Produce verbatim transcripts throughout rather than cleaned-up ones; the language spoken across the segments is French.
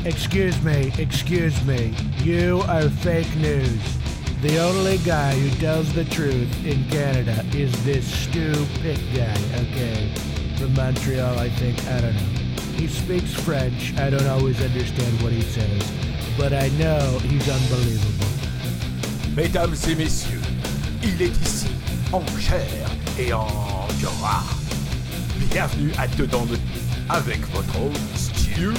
Excuse me, excuse me. You are fake news. The only guy who tells the truth in Canada is this stupid guy, okay? From Montreal, I think. I don't know. He speaks French. I don't always understand what he says, but I know he's unbelievable. Mesdames et messieurs, il est ici, en chair et en gras. Bienvenue à Dedans de avec votre hôte Stupide.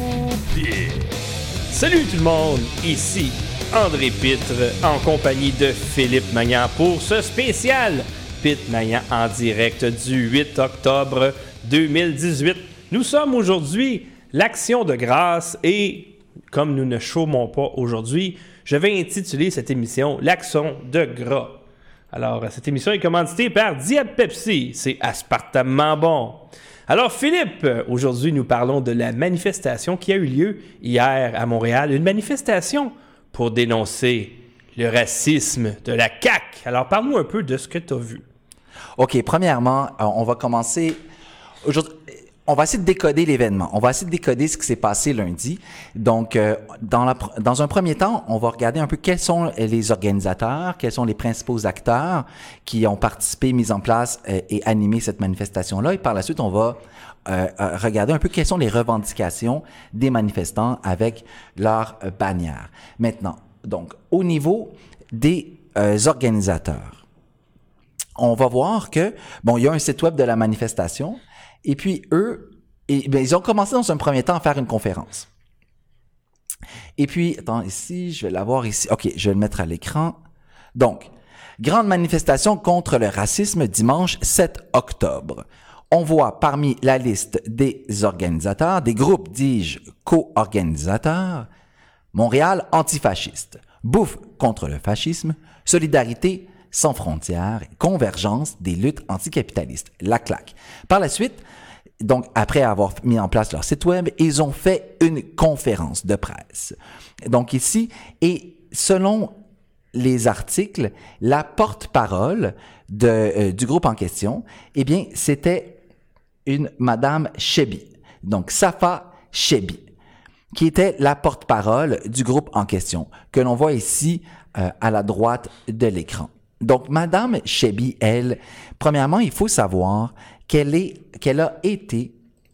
Salut tout le monde, ici André Pitre en compagnie de Philippe Magnan pour ce spécial Pitre Magnan en direct du huit octobre deux mille dix-huit. Nous sommes aujourd'hui l'Action de grâce et comme nous ne chômons pas aujourd'hui, je vais intituler cette émission l'Action de gras. Alors, cette émission est commanditée par Diab Pepsi, c'est aspartamment bon. Alors Philippe, aujourd'hui nous parlons de la manifestation qui a eu lieu hier à Montréal, une manifestation pour dénoncer le racisme de la C A Q. Alors parle-nous un peu de ce que tu as vu. OK, premièrement, on va commencer aujourd'hui. On va essayer de décoder l'événement. On va essayer de décoder ce qui s'est passé lundi. Donc, euh, dans, la, dans un premier temps, on va regarder un peu quels sont les organisateurs, quels sont les principaux acteurs qui ont participé, mis en place euh, et animé cette manifestation-là. Et par la suite, on va euh, euh, regarder un peu quelles sont les revendications des manifestants avec leur euh, bannière. Maintenant, donc, au niveau des euh, organisateurs, on va voir que, bon, il y a un site web de la manifestation. Et puis, eux, et, bien, ils ont commencé dans un premier temps à faire une conférence. Et puis, attends, ici, je vais l'avoir ici. OK, je vais le mettre à l'écran. Donc, grande manifestation contre le racisme dimanche sept octobre. On voit parmi la liste des organisateurs, des groupes, dis-je, co-organisateurs, Montréal antifasciste, Bouffe contre le fascisme, Solidarité sans frontières, Convergence des luttes anticapitalistes, la C L A C. Par la suite, donc après avoir mis en place leur site web, ils ont fait une conférence de presse. Donc ici, et selon les articles, la porte-parole de, euh, du groupe en question, eh bien, c'était une Madame Chebbi, donc Safa Chebbi, qui était la porte-parole du groupe en question, que l'on voit ici euh, à la droite de l'écran. Donc, Madame Chebbi, elle, premièrement, il faut savoir qu'elle est, qu'elle a été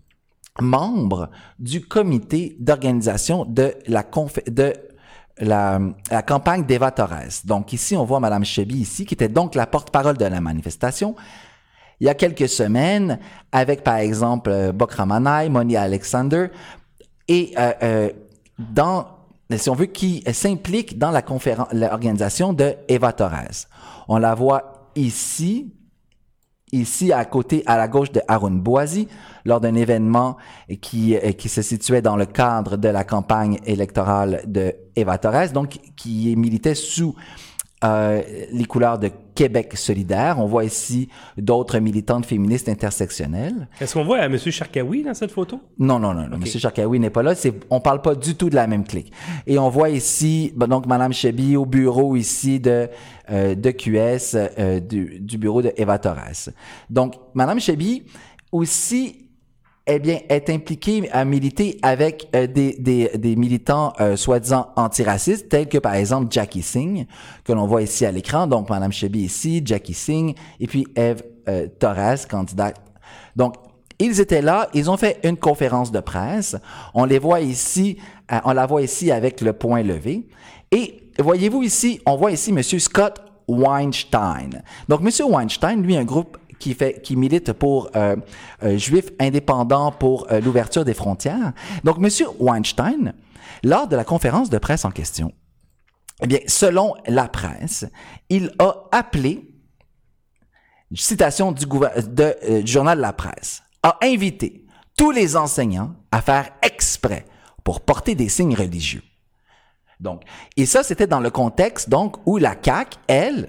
membre du comité d'organisation de la conf- de la, la campagne d'Eva Torres. Donc, ici, on voit Madame Chebbi ici, qui était donc la porte-parole de la manifestation. Il y a quelques semaines, avec, par exemple, Bokra Manay, Moni Alexander, et euh, euh, dans si on veut, qui s'implique dans la conférence, l'organisation de Eva Torres. On la voit ici, ici à côté, à la gauche de Haroun Bouazi, lors d'un événement qui, qui se situait dans le cadre de la campagne électorale de Eva Torres, donc qui militait sous euh, les couleurs de Québec solidaire. On voit ici d'autres militantes féministes intersectionnelles. Est-ce qu'on voit M. Charkaoui dans cette photo? Non, non, non. Okay. M. Charkaoui n'est pas là. C'est, on parle pas du tout de la même clique. Et on voit ici, donc, Mme Chebbi au bureau ici de, euh, de Q S, euh, du, du bureau de Eva Torres. Donc, Mme Chebbi aussi, eh bien, est impliquée à militer avec euh, des, des, des militants euh, soi-disant antiracistes, tels que, par exemple, Jackie Singh, que l'on voit ici à l'écran. Donc, Mme Chebbi ici, Jackie Singh, et puis Eve euh, Torres, candidate. Donc, ils étaient là, ils ont fait une conférence de presse. On les voit ici, euh, on la voit ici avec le poing levé. Et voyez-vous ici, on voit ici M. Scott Weinstein. Donc, M. Weinstein, lui, un groupe qui fait, qui milite pour euh, euh, Juifs indépendants pour euh, l'ouverture des frontières. Donc, M. Weinstein, lors de la conférence de presse en question, eh bien, selon la presse, il a appelé, citation du, gouver- de, euh, du journal La Presse, a invité tous les enseignants à faire exprès pour porter des signes religieux. Donc, et ça, c'était dans le contexte, donc, où la C A Q, elle,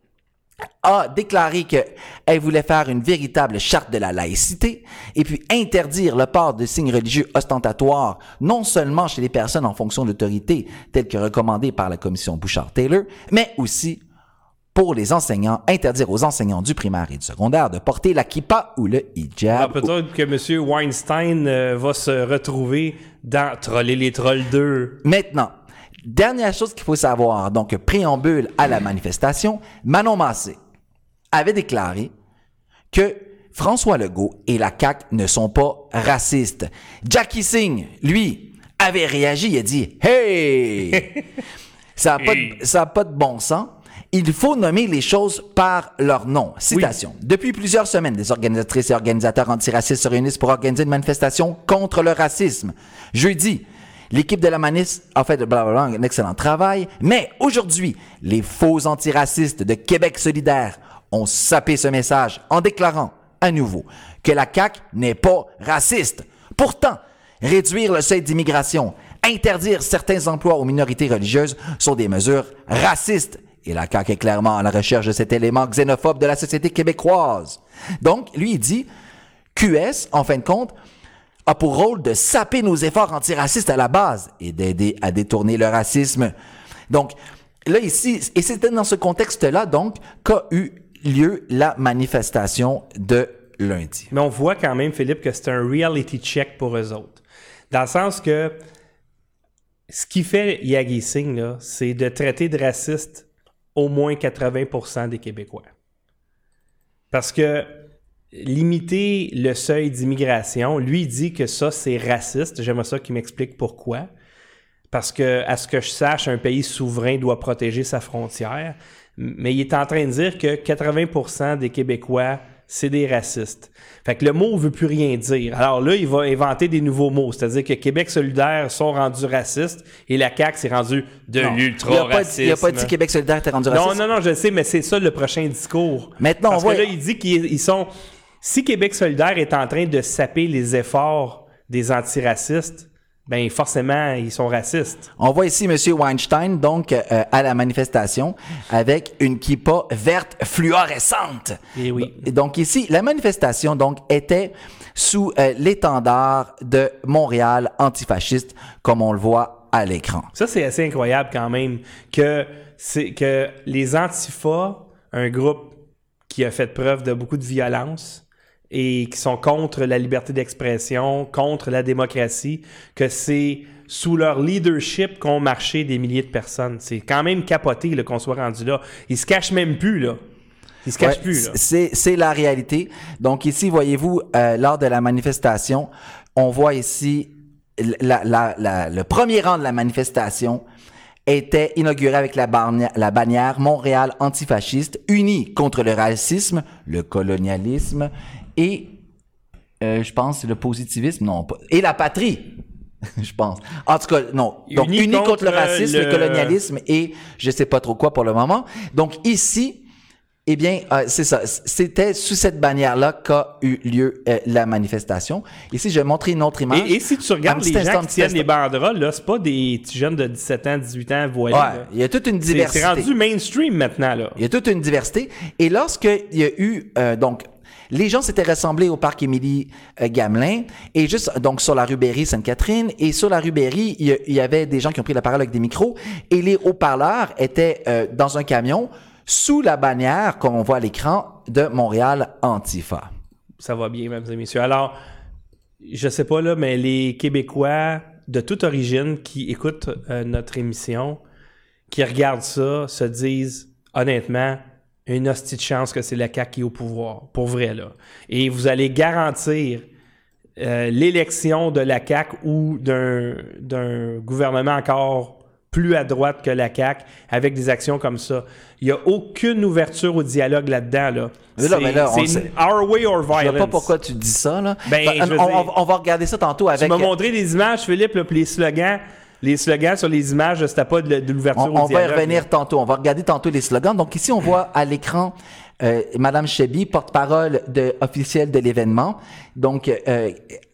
a déclaré qu'elle voulait faire une véritable charte de la laïcité et puis interdire le port de signes religieux ostentatoires non seulement chez les personnes en fonction d'autorité telles que recommandées par la commission Bouchard-Taylor, mais aussi pour les enseignants, interdire aux enseignants du primaire et du secondaire de porter la kippa ou le hijab. Alors, peut-être que M. Weinstein euh, va se retrouver dans Troller les trolls deux. Maintenant, dernière chose qu'il faut savoir, donc préambule à la manifestation, Manon Massé avait déclaré que François Legault et la C A Q ne sont pas racistes. Jackie Singh, lui, avait réagi, il a dit « Hey! Ça n'a pas, de- ça a pas de bon sens. Il faut nommer les choses par leur nom. » Citation. Oui. Depuis plusieurs semaines, des organisatrices et organisateurs antiracistes se réunissent pour organiser une manifestation contre le racisme. Jeudi, l'équipe de la manif a fait blablabla, un excellent travail, mais aujourd'hui, les faux antiracistes de Québec solidaire ont sapé ce message en déclarant à nouveau que la C A Q n'est pas raciste. Pourtant, réduire le seuil d'immigration, interdire certains emplois aux minorités religieuses sont des mesures racistes. Et la C A Q est clairement à la recherche de cet élément xénophobe de la société québécoise. Donc, lui, il dit, Q S, en fin de compte, a pour rôle de saper nos efforts antiracistes à la base et d'aider à détourner le racisme. Donc, là, ici, et c'était dans ce contexte-là, donc, qu'a eu lieu la manifestation de lundi. Mais on voit quand même, Philippe, que c'est un reality check pour eux autres. Dans le sens que ce qui fait Jaggi Singh, là, c'est de traiter de raciste au moins quatre-vingts pour cent des Québécois. Parce que limiter le seuil d'immigration, lui, il dit que ça, c'est raciste. J'aimerais ça qu'il m'explique pourquoi. Parce que, à ce que je sache, un pays souverain doit protéger sa frontière. Mais il est en train de dire que quatre-vingts pour cent des Québécois, c'est des racistes. Fait que le mot ne veut plus rien dire. Alors là, il va inventer des nouveaux mots. C'est-à-dire que Québec solidaire sont rendus racistes et la C A Q s'est rendue de l'ultra-racisme. Il n'a pas dit Québec solidaire était rendu raciste. Non, non, non, je le sais, mais c'est ça le prochain discours. Maintenant, Parce on voit... que là, il dit qu'ils ils sont... Si Québec solidaire est en train de saper les efforts des antiracistes, ben forcément, ils sont racistes. On voit ici M. Weinstein, donc, euh, à la manifestation, avec une kippa verte fluorescente. Et oui. Donc ici, la manifestation, donc, était sous euh, l'étendard de Montréal antifasciste, comme on le voit à l'écran. Ça, c'est assez incroyable quand même, que, c'est, que les Antifas, un groupe qui a fait preuve de beaucoup de violence, et qui sont contre la liberté d'expression, contre la démocratie, que c'est sous leur leadership qu'ont marché des milliers de personnes. C'est quand même capoté là, qu'on soit rendu là. Ils se cachent même plus, là. Ils se cachent Ouais, plus, là. C'est, c'est la réalité. Donc ici, voyez-vous, euh, lors de la manifestation, on voit ici la, la, la, le premier rang de la manifestation était inauguré avec la, barni- la bannière Montréal antifasciste, unie contre le racisme, le colonialisme et, euh, je pense, le positivisme, non, pas, et la patrie, je pense. En tout cas, non. Donc, unis, unis contre, contre le racisme, le... le colonialisme et je sais pas trop quoi pour le moment. Donc, ici, eh bien, euh, c'est ça. C'était sous cette bannière-là qu'a eu lieu euh, la manifestation. Ici, je vais montrer une autre image. Et, et si tu regardes les gens instant, qui tiennent instant. les banderoles, là, c'est pas des petits jeunes de dix-sept ans, dix-huit ans voilés. Ouais, il y a toute une diversité. C'est, c'est rendu mainstream maintenant, là. Il y a toute une diversité. Et lorsqu'il y a eu, euh, donc, les gens s'étaient rassemblés au parc Émilie-Gamelin et juste donc sur la rue Berry-Sainte-Catherine et sur la rue Berry, il y, il y avait des gens qui ont pris la parole avec des micros et les haut-parleurs étaient euh, dans un camion sous la bannière, comme on voit à l'écran, de Montréal Antifa. Ça va bien, mesdames et messieurs. Alors, je sais pas là, mais les Québécois de toute origine qui écoutent euh, notre émission, qui regardent ça, se disent honnêtement, une hostie de chance que c'est la C A Q qui est au pouvoir, pour vrai, là. Et vous allez garantir euh, l'élection de la C A Q ou d'un, d'un gouvernement encore plus à droite que la C A Q avec des actions comme ça. Il n'y a aucune ouverture au dialogue là-dedans, là. Mais là, c'est mais là, c'est sait... our way or violence. Je ne sais pas pourquoi tu dis ça, là. Ben, ben, je veux on, dire, on, on va regarder ça tantôt avec... Tu m'as montré des images, Philippe, là, puis les slogans... Les slogans sur les images, c'était pas de, de l'ouverture on, au on dialogue. On va y revenir là. tantôt. On va regarder tantôt les slogans. Donc ici, on voit à l'écran euh, Madame Cheby, porte-parole de, officielle de l'événement, donc euh,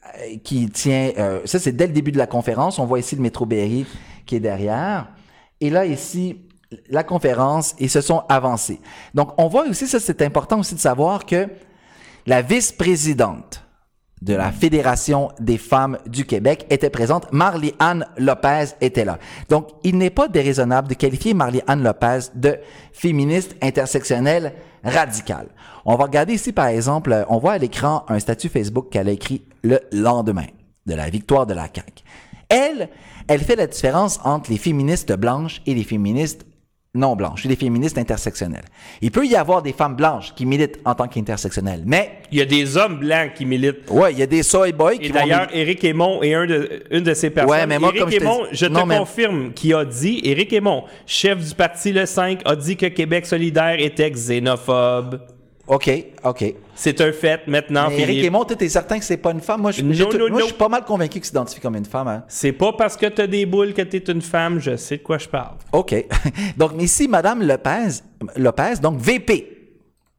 qui tient... Euh, ça, c'est dès le début de la conférence. On voit ici le métro Berry qui est derrière. Et là, ici, la conférence, ils se sont avancés. Donc, on voit aussi, ça, c'est important aussi de savoir que la vice-présidente de la Fédération des femmes du Québec était présente. Marlie-Anne Lopez était là. Donc, il n'est pas déraisonnable de qualifier Marlie-Anne Lopez de féministe intersectionnelle radicale. On va regarder ici, par exemple, on voit à l'écran un statut Facebook qu'elle a écrit le lendemain de la victoire de la C A Q. Elle, elle fait la différence entre les féministes blanches et les féministes non blanches, les féministes intersectionnelles. Il peut y avoir des femmes blanches qui militent en tant qu'intersectionnelles, mais... Il y a des hommes blancs qui militent. Ouais, il y a des soy boys qui Et vont... d'ailleurs, Éric Aymon est un de, une de ces personnes. Ouais, mais moi, Éric comme je te Aymon, dis- je te Non, mais- confirme, qui a dit, Éric Aymon, chef du parti Le cinq, a dit que Québec solidaire était xénophobe. OK, OK. C'est un fait maintenant, Mais Éric Philippe. Aymon, toi, t'es certain que c'est pas une femme? Moi, je, Non, j'ai tout- non, moi, non. je suis pas mal convaincu qu'il s'identifie comme une femme. Hein? C'est pas parce que t'as des boules que t'es une femme, je sais de quoi je parle. OK. Donc, mais ici, Madame Lopez, Lopez, donc V P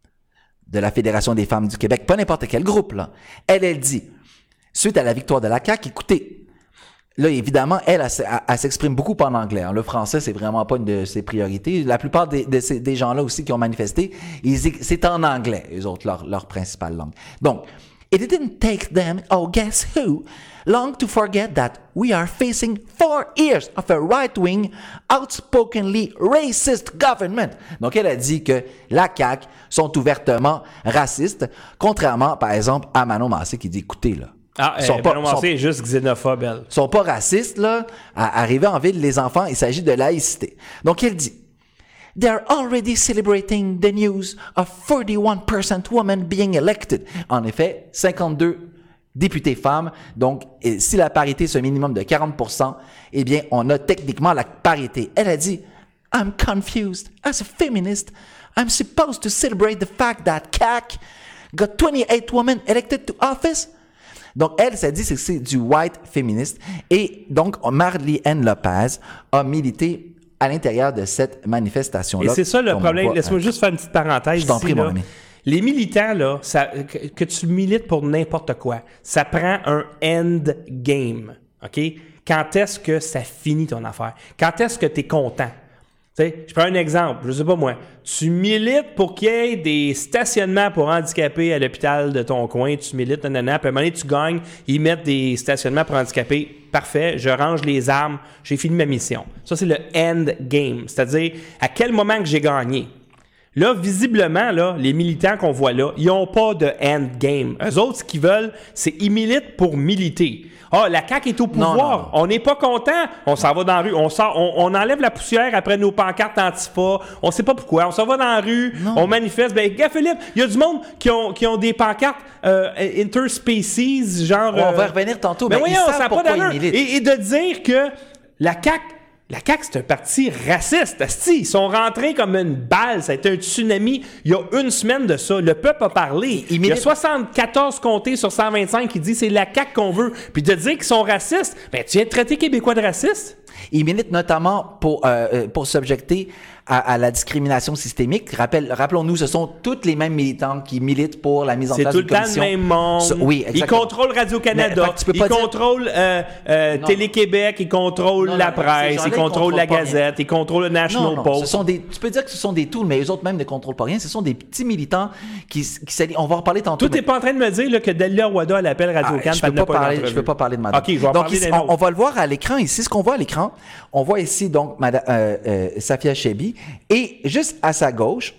de la Fédération des femmes du Québec, pas n'importe quel groupe, là. Elle, elle dit, suite à la victoire de la C A Q, écoutez, là, évidemment, elle, elle, elle, elle s'exprime beaucoup en anglais. Hein. Le français, c'est vraiment pas une de ses priorités. La plupart des, de ces, des gens-là aussi qui ont manifesté, ils, c'est en anglais, eux autres, leur, leur principale langue. Donc, it didn't take them, oh, guess who, long to forget that we are facing four years of a right-wing, outspokenly racist government. Donc, elle a dit que la C A Q sont ouvertement racistes, contrairement, par exemple, à Manon Massé qui dit, écoutez, là, Ah, Ils sont euh, pas- Manon Massé sont- est juste xénophobe, elle. sont pas racistes, là, à arriver en ville, les enfants, il s'agit de laïcité. Donc, il dit, they are already celebrating the news of forty-one percent women being elected. En effet, cinquante-deux députés femmes. Donc, et si la parité, c'est un minimum de quarante pour cent, eh bien, on a techniquement la parité. Elle a dit, I'm confused. As a feminist, I'm supposed to celebrate the fact that C A Q got twenty-eight women elected to office. Donc, elle, ça dit, c'est que c'est du white féministe. Et donc, Marlie-Anne Lopez a milité à l'intérieur de cette manifestation-là. Et c'est ça le comme on problème. voit, Laisse-moi hein. juste faire une petite parenthèse. Je t'en ici, prie, mon là. ami. Les militants, là, ça, que, que tu milites pour n'importe quoi, ça prend un end game. OK? Quand est-ce que ça finit ton affaire? Quand est-ce que tu es content? Tu sais, je prends un exemple, je sais pas moi. Tu milites pour qu'il y ait des stationnements pour handicapés à l'hôpital de ton coin, tu milites, nanana, puis à un moment donné, tu gagnes, ils mettent des stationnements pour handicapés. Parfait, je range les armes, j'ai fini ma mission. Ça, c'est le end game, c'est-à-dire à quel moment que j'ai gagné. Là, visiblement, là, les militants qu'on voit là, ils n'ont pas de end game. Eux autres, ce qu'ils veulent, c'est ils militent pour militer. Ah, la C A Q est au pouvoir. Non, non. On n'est pas content. On s'en va dans la rue. On, sort, on, on enlève la poussière après nos pancartes antifa. On sait pas pourquoi. On s'en va dans la rue. Non. On manifeste. Ben, gars, Philippe, il y a du monde qui ont, qui ont des pancartes euh, interspecies, genre... On va euh, revenir tantôt, ben mais ils voyons, savent ça a pas pourquoi ils d'allure. militent. Et, et de dire que la C A Q... La C A Q, c'est un parti raciste. Asti, ils sont rentrés comme une balle. Ça a été un tsunami il y a une semaine de ça. Le peuple a parlé. Ils Il y a militent- soixante-quatorze comtés sur cent vingt-cinq qui disent c'est la C A Q qu'on veut. Puis de dire qu'ils sont racistes, ben tu viens de traiter Québécois de racistes? Ils militent notamment pour, euh, euh, pour s'objecter à, à la discrimination systémique. Rappel, rappelons-nous, ce sont toutes les mêmes militants qui militent pour la mise en C'est place tout le d'une temps le commission. même monde. Ça- oui, Ils exactement. contrôlent Mais, Radio-Canada. fait que tu peux Ils pas dire- contrôlent euh, euh, Non. Télé-Québec. Ils contrôlent Non, la non, ces presse. gens-là, Ils ils contrôlent la contrôlent pas Gazette. Ils contrôlent le National Non, non, Post. ce sont des, tu peux dire que ce sont des tools, mais eux autres même ne contrôlent pas rien. Ce sont des petits militants qui, qui s'allient. On va en reparler tantôt. Toi, t'es mais- pas en train de me dire là, que Delia Wada elle appelle Ah, Radio-Can. je ne peux, pas parler- je peux pas parler de madame. OK, je vais en donc, parler ici, d'un on, autre. on va le voir à l'écran ici. Ce qu'on voit à l'écran, on voit ici donc madame, euh, euh, Safia Chebi et juste à sa gauche,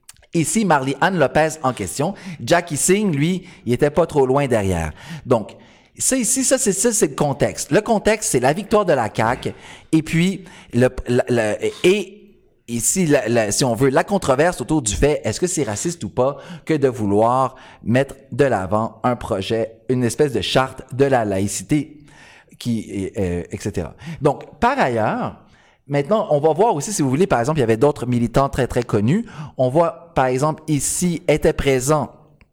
ici Marlie-Anne Lopez en question. Jackie Singh, lui, il était pas trop loin derrière. Donc, ça ici, ça c'est ça, c'est le contexte. Le contexte, c'est la victoire de la C A Q et puis le, le- le- et ici, la- la- si on veut, la controverse autour du fait, est-ce que c'est raciste ou pas que de vouloir mettre de l'avant un projet, une espèce de charte de la laïcité, qui, euh, et cetera. Donc, par ailleurs, maintenant, on va voir aussi, si vous voulez, par exemple, il y avait d'autres militants très, très connus. On voit, par exemple, ici, était présent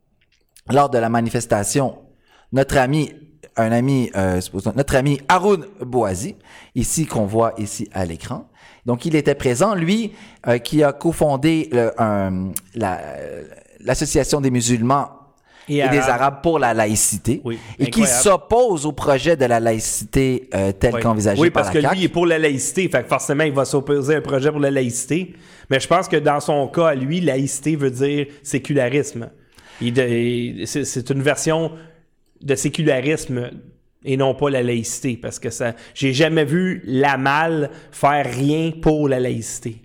lors de la manifestation notre ami, un ami, euh, supposons, notre ami Haroun Bouazi, ici, qu'on voit ici à l'écran. Donc, il était présent, lui, euh, qui a cofondé le, un, la, l'association des musulmans Et et, Arabes. des Arabes pour la laïcité, Oui, et qui incroyable. s'oppose au projet de la laïcité euh, tel Oui. qu'envisagé Oui, par parce la que C A Q. lui, il est pour la laïcité. Fait que forcément, il va s'opposer à un projet pour la laïcité. Mais je pense que dans son cas, à lui, laïcité veut dire sécularisme. Il de- il- c'est, c'est une version de sécularisme et non pas la laïcité, parce que ça, j'ai jamais vu la malle faire rien pour la laïcité.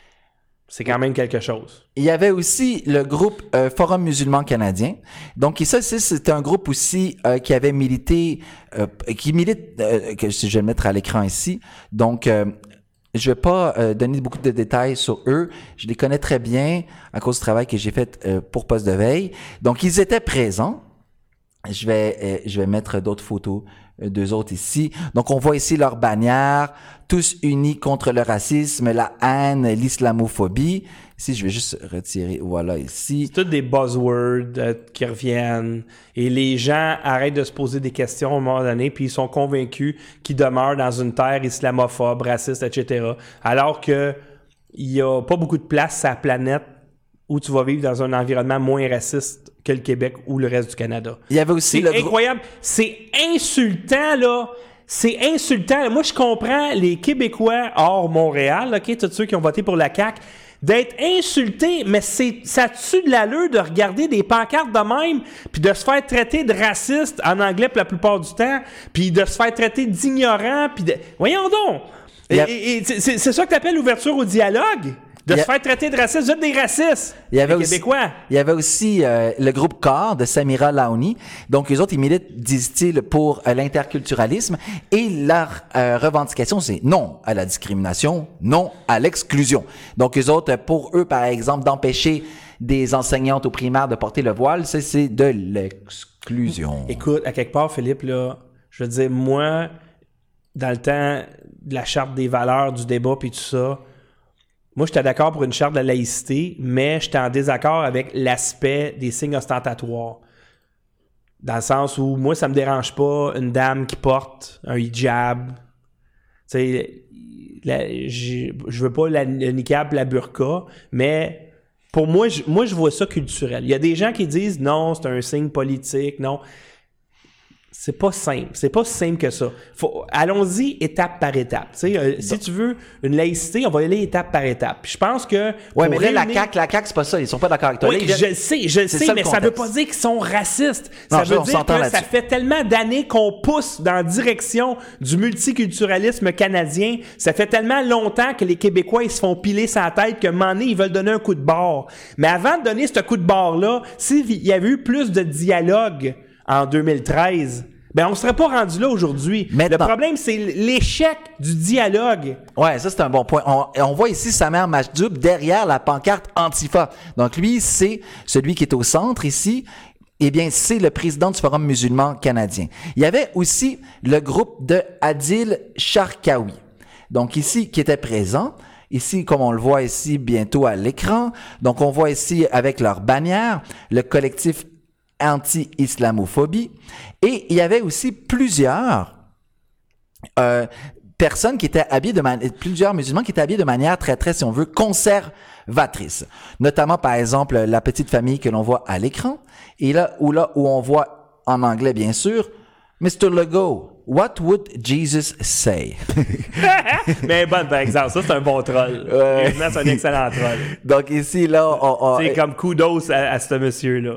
C'est quand même quelque chose. Il y avait aussi le groupe euh, Forum musulman canadien. Donc, ça, c'est, c'était un groupe aussi euh, qui avait milité, euh, qui milite, euh, que je vais le mettre à l'écran ici. Donc, euh, je vais pas euh, donner beaucoup de détails sur eux. Je les connais très bien à cause du travail que j'ai fait euh, pour Poste de veille. Donc, ils étaient présents. Je vais, euh, je vais mettre d'autres photos euh, d'eux autres ici. Donc, on voit ici leur bannière, tous unis contre le racisme, la haine, l'islamophobie. Ici, je vais juste retirer, voilà, ici. C'est tous des buzzwords euh, qui reviennent. Et les gens arrêtent de se poser des questions à un moment donné, puis ils sont convaincus qu'ils demeurent dans une terre islamophobe, raciste, et cetera. Alors que il y a pas beaucoup de place sur la planète où tu vas vivre dans un environnement moins raciste que le Québec ou le reste du Canada. Il y avait aussi C'est le incroyable. C'est insultant, là. C'est insultant. Moi, je comprends les Québécois hors Montréal, OK, tous ceux qui ont voté pour la C A Q, d'être insultés, mais c'est, ça tue de l'allure de regarder des pancartes de même, puis de se faire traiter de raciste en anglais pour la plupart du temps, puis de se faire traiter d'ignorant, puis de... Voyons donc! Et, a... et, et c'est, c'est ça que t'appelles l'ouverture au dialogue? De se a... faire traiter de raciste, vous êtes des racistes, il y avait les aussi, Québécois. Il y avait aussi euh, le groupe C O R de Samira Laouni. Donc, eux autres, ils militent, disent-ils, pour euh, l'interculturalisme. Et leur euh, revendication, c'est non à la discrimination, non à l'exclusion. Donc, eux autres, pour eux, par exemple, d'empêcher des enseignantes au primaire de porter le voile, c'est, c'est de l'exclusion. Écoute, à quelque part, Philippe, là, je veux dire, moi, dans le temps de la charte des valeurs, du débat, puis tout ça, moi, j'étais d'accord pour une charte de la laïcité, mais j'étais en désaccord avec l'aspect des signes ostentatoires. Dans le sens où, moi, ça me dérange pas une dame qui porte un hijab. Tu sais, je veux pas la, le niqab, la burqa, mais pour moi, je, moi, je vois ça culturel. Il y a des gens qui disent, non, c'est un signe politique, non. C'est pas simple. C'est pas si simple que ça. Faut, allons-y étape par étape. Tu sais, euh, si tu veux une laïcité, on va y aller étape par étape. Puis je pense que... Ouais, mais là, réunir... la C A Q, la C A Q, c'est pas ça. Ils sont pas d'accord avec toi. Oui, là, je le sais, je le sais, ça, mais le ça veut pas dire qu'ils sont racistes. Non, ça je, veut on dire s'entend que là-dessus. ça fait tellement d'années qu'on pousse dans la direction du multiculturalisme canadien. Ça fait tellement longtemps que les Québécois, ils se font piler sa tête qu'à un moment donné, ils veulent donner un coup de barre. Mais avant de donner ce coup de barre-là, s'il y avait eu plus de dialogue en deux mille treize... ben, on serait pas rendu là aujourd'hui. Maintenant. Le problème, c'est l'échec du dialogue. Ouais, ça, c'est un bon point. On, on voit ici Samer Majdoub derrière la pancarte Antifa. Donc, lui, c'est celui qui est au centre ici. Eh bien, c'est le président du Forum musulman canadien. Il y avait aussi le groupe de Adil Sharkawi. Donc, ici, qui était présent. Ici, comme on le voit ici bientôt à l'écran. Donc, on voit ici avec leur bannière, le collectif anti-islamophobie. Et il y avait aussi plusieurs euh, personnes qui étaient habillées de manière, plusieurs musulmans qui étaient habillés de manière très, très, si on veut, conservatrice. Notamment, par exemple, la petite famille que l'on voit à l'écran. Et là où, là où on voit, en anglais, bien sûr, mister Legault, what would Jesus say? Mais bon, par exemple, ça, c'est un bon troll. Ouais. C'est un excellent troll. Donc ici, là, on... on c'est comme kudos à, à ce monsieur-là.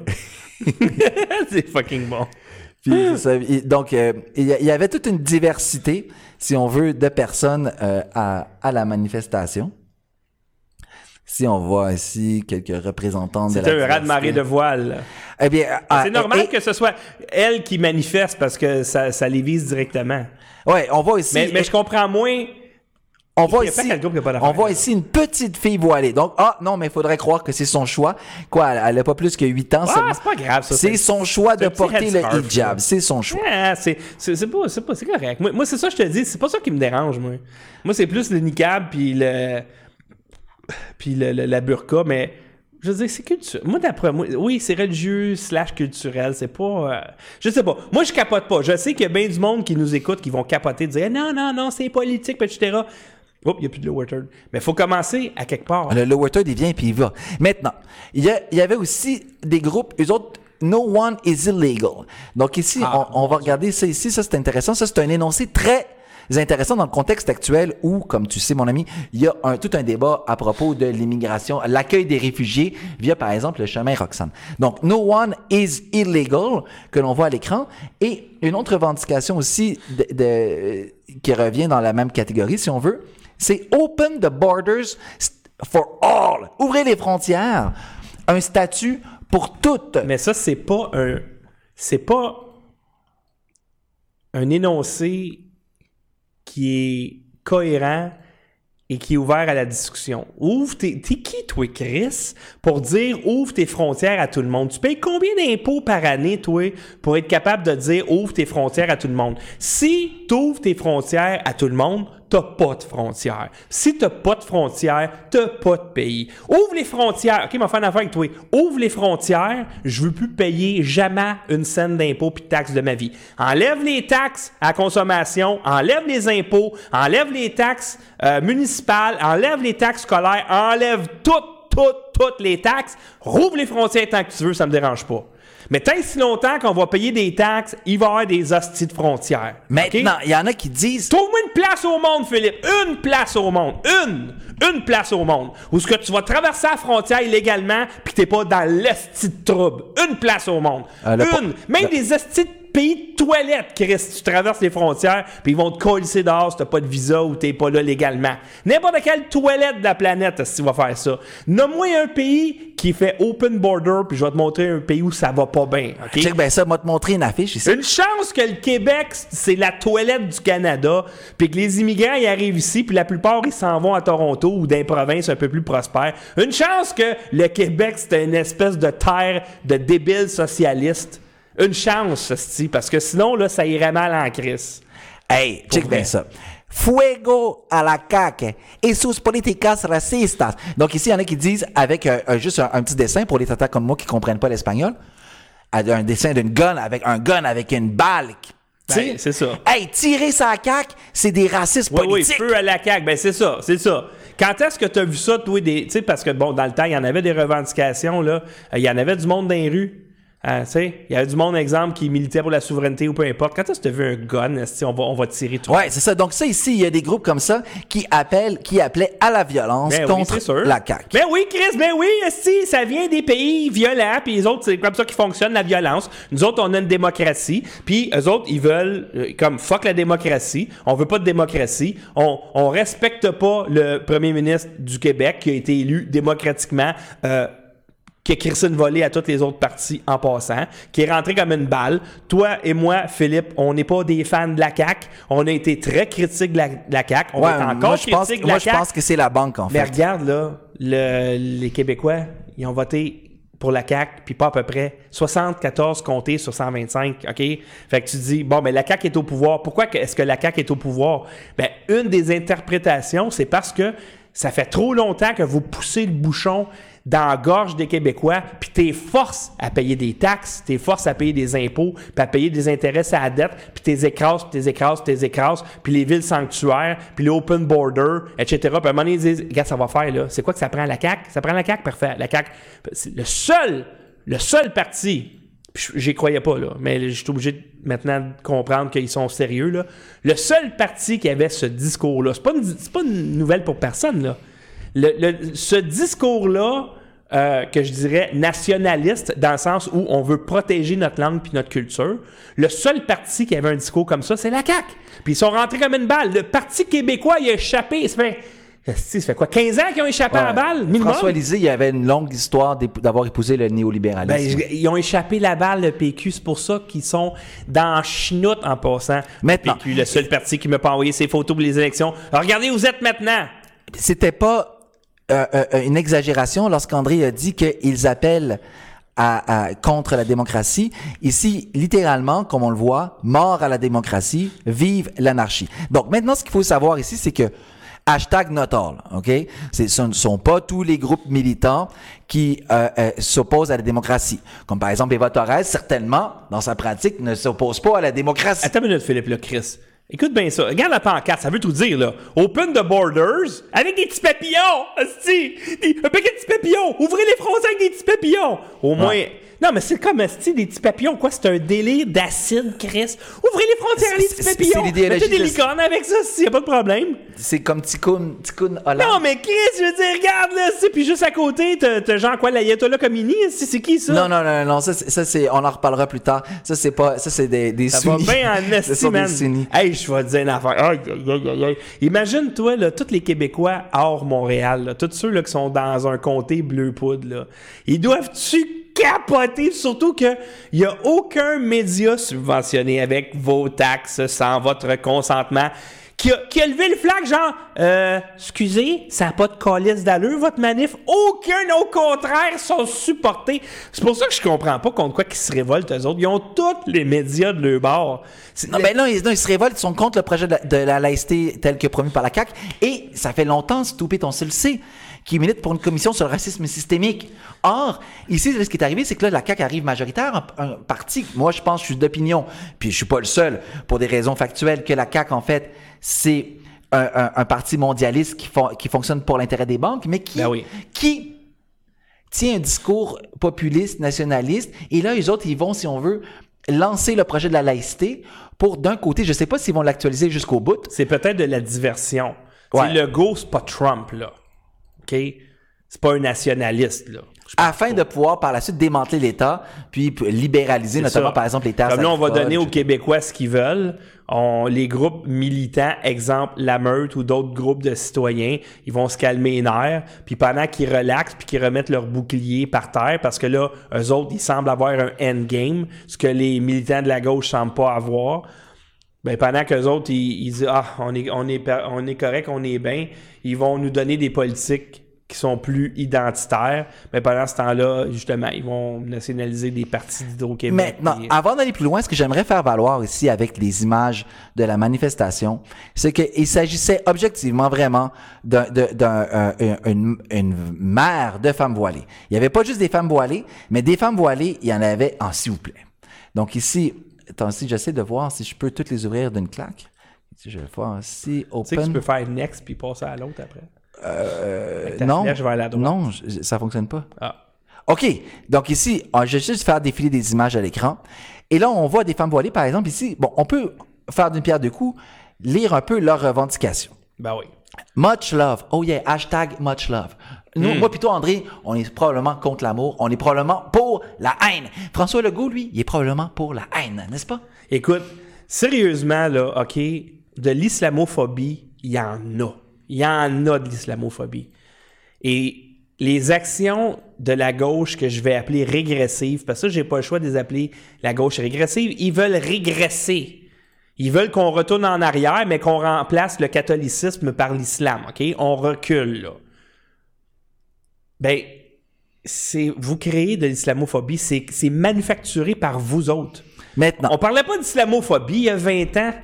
C'est fucking bon. Puis, ça, donc, euh, il y avait toute une diversité, si on veut, de personnes euh, à, à la manifestation. Si on voit ici quelques représentants de la C'est un raz-de-marée de voile. Eh bien, c'est euh, normal et, que ce soit elle qui manifeste parce que ça, ça les vise directement. Ouais, on voit ici. Mais, mais je comprends moins. On voit ici, on voit là. ici une petite fille voilée. Donc, ah non, mais il faudrait croire que c'est son choix. Quoi, elle n'a pas plus que huit ans. Ah, c'est pas grave, ça. C'est son choix de porter le hijab. Ça. C'est son choix. Ah, c'est, c'est, c'est pas, c'est pas, c'est correct. Moi, moi, c'est ça que je te dis. C'est pas ça qui me dérange, moi. Moi, c'est plus le niqab puis le, puis le, le, la burqa, mais je veux dire, c'est culturel. Moi, d'après moi, oui, c'est religieux slash culturel. C'est pas... Euh, je sais pas. Moi, je capote pas. Je sais qu'il y a bien du monde qui nous écoute qui vont capoter, dire non, non, non, c'est politique, et cetera. Oups, il n'y a plus de lower third. Mais il faut commencer à quelque part. Le lower third, il vient puis il va. Maintenant, il y, a, il y avait aussi des groupes, eux autres, No one is illegal. Donc ici, ah, on, on va regarder ça ici. Ça, c'est intéressant. Ça, c'est un énoncé très intéressant dans le contexte actuel où, comme tu sais, mon ami, il y a un, tout un débat à propos de l'immigration, l'accueil des réfugiés via, par exemple, le chemin Roxham. Donc, no one is illegal, que l'on voit à l'écran. Et une autre revendication aussi de, de, qui revient dans la même catégorie, si on veut, c'est open the borders for all. Ouvrez les frontières. Un statut pour toutes. Mais ça, c'est pas un... C'est pas un énoncé qui est cohérent et qui est ouvert à la discussion. Ouvre tes... T'es qui, toi, Chris, pour dire ouvre tes frontières à tout le monde? Tu payes combien d'impôts par année, toi, pour être capable de dire ouvre tes frontières à tout le monde? Si tu ouvres tes frontières à tout le monde, t'as pas de frontières. Si t'as pas de frontières, t'as pas de pays. Ouvre les frontières. OK, m'en faire une affaire avec toi. Ouvre les frontières, je veux plus payer jamais une scène d'impôts puis de taxes de ma vie. Enlève les taxes à la consommation, enlève les impôts, enlève les taxes euh, municipales, enlève les taxes scolaires, enlève toutes, toutes, toutes les taxes. Rouvre les frontières tant que tu veux, ça me dérange pas. Mais tant si longtemps qu'on va payer des taxes, il va y avoir des hosties de frontières. Maintenant, il okay? y en a qui disent... Trouve-moi une place au monde, Philippe. Une place au monde. Une. Une place au monde. Où est-ce que tu vas traverser la frontière illégalement puis t'es pas dans l'hostie de trouble. Une place au monde. Euh, une. Po- Même le... des hosties de pays de toilettes, Chris. Tu traverses les frontières puis ils vont te colisser dehors si t'as pas de visa ou t'es pas là légalement. N'importe quelle toilette de la planète, si tu vas faire ça. Nomme-moi un pays qui fait open border puis je vais te montrer un pays où ça va pas bien. Okay? Check ben ça, m'a te montrer une affiche ici. Une chance que le Québec, c'est la toilette du Canada puis que les immigrants ils arrivent ici puis la plupart ils s'en vont à Toronto ou dans les provinces un peu plus prospères. Une chance que le Québec, c'était une espèce de terre de débiles socialistes. Une chance, c'ti, parce que sinon, là, ça irait mal en crise. Hey, check bien ça. Fuego a la C A Q et sus políticas racistas. Donc ici, il y en a qui disent, avec euh, euh, juste un, un petit dessin pour les tatas comme moi qui comprennent pas l'espagnol, un dessin d'une gun avec un gun avec une balle. Ben, c'est ça. Hey, tirer sa C A Q, c'est des racistes oui, politiques. Oui, feu à la C A Q, ben c'est ça, c'est ça. Quand est-ce que tu as vu ça, toi, des... Tu sais, parce que, bon, dans le temps, il y en avait des revendications, là. Il y en avait du monde dans les rues. Euh, tu sais, il y avait du monde, exemple, qui militait pour la souveraineté ou peu importe. Quand est-ce que tu as vu un gun, on va, on va tirer tout. Ouais, c'est ça. Donc ça, ici, il y a des groupes comme ça qui appellent, qui appelaient à la violence ben contre oui, la C A Q. Ben oui, Chris, ben oui, esti, ça vient des pays violents, puis les autres, c'est comme ça qu'ils fonctionnent, la violence. Nous autres, on a une démocratie, puis eux autres, ils veulent, euh, comme, fuck la démocratie, on veut pas de démocratie, on, on respecte pas le premier ministre du Québec qui a été élu démocratiquement, euh, qui a crissé une volée à toutes les autres partis en passant, qui est rentré comme une balle. Toi et moi, Philippe, on n'est pas des fans de la C A Q. On a été très critiques de la, de la C A Q. On ouais, est encore critiques de la C A Q. Moi, je pense que c'est la banque, en fait. Mais regarde, là, le, les Québécois, ils ont voté pour la C A Q, puis pas à peu près soixante-quatorze comtés sur cent vingt-cinq, OK? Fait que tu dis, bon, mais la C A Q est au pouvoir. Pourquoi est-ce que la C A Q est au pouvoir? Ben, une des interprétations, c'est parce que ça fait trop longtemps que vous poussez le bouchon dans la gorge des Québécois, puis t'es force à payer des taxes, t'es force à payer des impôts, puis à payer des intérêts à la dette, puis t'es écrases, puis t'es écrases, puis t'es écrases, puis les villes sanctuaires, puis les open border, et cetera. Puis à un moment donné, ils disent, regarde, ça va faire, là. C'est quoi que ça prend la C A Q? Ça prend la C A Q, parfait. La C A Q, c'est le seul, le seul parti, puis j'y croyais pas, là, mais je suis obligé maintenant de comprendre qu'ils sont sérieux, là. Le seul parti qui avait ce discours-là, c'est pas une, c'est pas une nouvelle pour personne, là. Le, le, ce discours-là, euh, que je dirais nationaliste, dans le sens où on veut protéger notre langue puis notre culture, le seul parti qui avait un discours comme ça, c'est la C A Q. Puis ils sont rentrés comme une balle. Le Parti québécois, il a échappé. Ça fait, ça fait quoi, quinze ans qu'ils ont échappé ouais. à la balle? Minimum? François Lisée, il y avait une longue histoire d'avoir épousé le néolibéralisme. Ben, ils ont échappé la balle, le P Q. C'est pour ça qu'ils sont dans la chenoute en passant. Maintenant. Le P Q, le seul parti qui m'a pas envoyé ses photos pour les élections. Alors, regardez où vous êtes maintenant. C'était pas Euh, euh, une exagération lorsqu'André a dit qu'ils appellent à, à, contre la démocratie. Ici, littéralement, comme on le voit, mort à la démocratie, vive l'anarchie. Donc maintenant, ce qu'il faut savoir ici, c'est que hashtag not all, OK? C'est, ce ne sont pas tous les groupes militants qui euh, euh, s'opposent à la démocratie. Comme par exemple Eva Torres, certainement, dans sa pratique, ne s'oppose pas à la démocratie. Attends une minute, Philippe, là, Chris. Écoute bien ça. Regarde la pancarte, ça veut tout dire, là. Open the borders avec des petits papillons. Hostie. Un paquet de petits papillons. Ouvrez les frontières avec des petits papillons. Au moins. Ouais. Non, mais c'est comme esti, des petits papillons, quoi. C'est un délire d'acide, Chris. Ouvrez les frontières, les petits C'est- c'est papillons. l'idéologie Mettez des de- licornes avec ça, s'il n'y a pas de problème. C'est comme Tikkun, Tikkun Holland. Non, mais Chris, je veux dire, regarde, là, c'est puis juste à côté, t'as, t'as genre quoi, l'ayatollah Khomeini, c'est, c'est qui, ça? Non, non, non, non, ça, c'est, ça, c'est, on en reparlera plus tard. Ça, c'est pas, ça, c'est des, des Ça va sunnis. bien en Ce esti, sont man. des sunnis. Hey, je vais te dire une affaire. Aïe, aïe, aïe, aïe, aïe. Imagine-toi, là, tous les Québécois hors Montréal, là, tous ceux là, qui sont dans un comté bleu poudre, là, ils doivent-tu capoter, surtout qu'il n'y a aucun média subventionné avec vos taxes, sans votre consentement, qui a, qui a levé le flag, genre, euh, excusez, ça n'a pas de calice d'allure, votre manif. Aucun, au contraire, sont supportés. C'est pour ça que je comprends pas contre quoi qu'ils se révoltent, eux autres. Ils ont tous les médias de leur bord. C'est- Non, ben non, ils, non, ils se révoltent, ils sont contre le projet de la, de la laïcité tel que promu par la C A Q. Et ça fait longtemps, Stupide, on se le sait, qui milite pour une commission sur le racisme systémique. Or, ici, ce qui est arrivé, c'est que là, la C A Q arrive majoritaire, un, un parti, moi, je pense, je suis d'opinion, puis je suis pas le seul, pour des raisons factuelles, que la C A Q, en fait, c'est un, un, un parti mondialiste qui, fon- qui fonctionne pour l'intérêt des banques, mais qui, Ben oui. qui tient un discours populiste, nationaliste, et là, eux autres, ils vont, si on veut, lancer le projet de la laïcité pour, d'un côté, je sais pas s'ils vont l'actualiser jusqu'au bout. C'est peut-être de la diversion. Ouais. C'est le go, c'est pas Trump, là. OK? C'est pas un nationaliste, là. Je pense Afin pas. de pouvoir par la suite démanteler l'État, puis p- libéraliser C'est notamment ça. par exemple les terres Comme là, on va agricoles, donner aux et cetera. Québécois ce qu'ils veulent. On, les groupes militants, exemple la Meute ou d'autres groupes de citoyens, ils vont se calmer les nerfs, puis pendant qu'ils relaxent, puis qu'ils remettent leur bouclier par terre, parce que là, eux autres, ils semblent avoir un endgame, ce que les militants de la gauche semblent pas avoir. Ben, pendant qu'eux autres, ils, ils disent « Ah, on est, on, est, per- on est correct, on est bien », ils vont nous donner des politiques qui sont plus identitaires. Mais pendant ce temps-là, justement, ils vont nationaliser des parties d'Hydro-Québec. Maintenant, puis- avant d'aller plus loin, ce que j'aimerais faire valoir ici avec les images de la manifestation, c'est qu'il s'agissait objectivement vraiment d'un, de- d'un, euh, une, une mer de femmes voilées. Il n'y avait pas juste des femmes voilées, mais des femmes voilées, il y en avait en s'il vous plaît. Donc ici, attends, ici, j'essaie de voir si je peux toutes les ouvrir d'une claque. Ici, je vais voir ici, Tu sais que tu open. peux faire next puis passer à l'autre après. Avec ta Non, flèche vers la droite. non, je- ça fonctionne pas. Ah. OK. Donc ici, on- je vais juste faire défiler des images à l'écran. Et là, on voit des femmes voilées, par exemple, ici. Bon, on peut faire d'une pierre deux coups, lire un peu leurs revendications. Ben oui. Much love. Oh yeah, hashtag much love. Nous, moi plutôt, André, on est probablement contre l'amour. On est probablement pour la haine. François Legault, lui, il est probablement pour la haine, n'est-ce pas? Écoute, sérieusement, là, OK, de l'islamophobie, il y en a. Il y en a de l'islamophobie. Et les actions de la gauche que je vais appeler régressives, parce que j'ai pas le choix de les appeler la gauche régressive, ils veulent régresser. Ils veulent qu'on retourne en arrière, mais qu'on remplace le catholicisme par l'islam, OK? On recule, là. Ben, c'est, vous créez de l'islamophobie, c'est, c'est manufacturé par vous autres. Maintenant. On parlait pas d'islamophobie il y a vingt ans.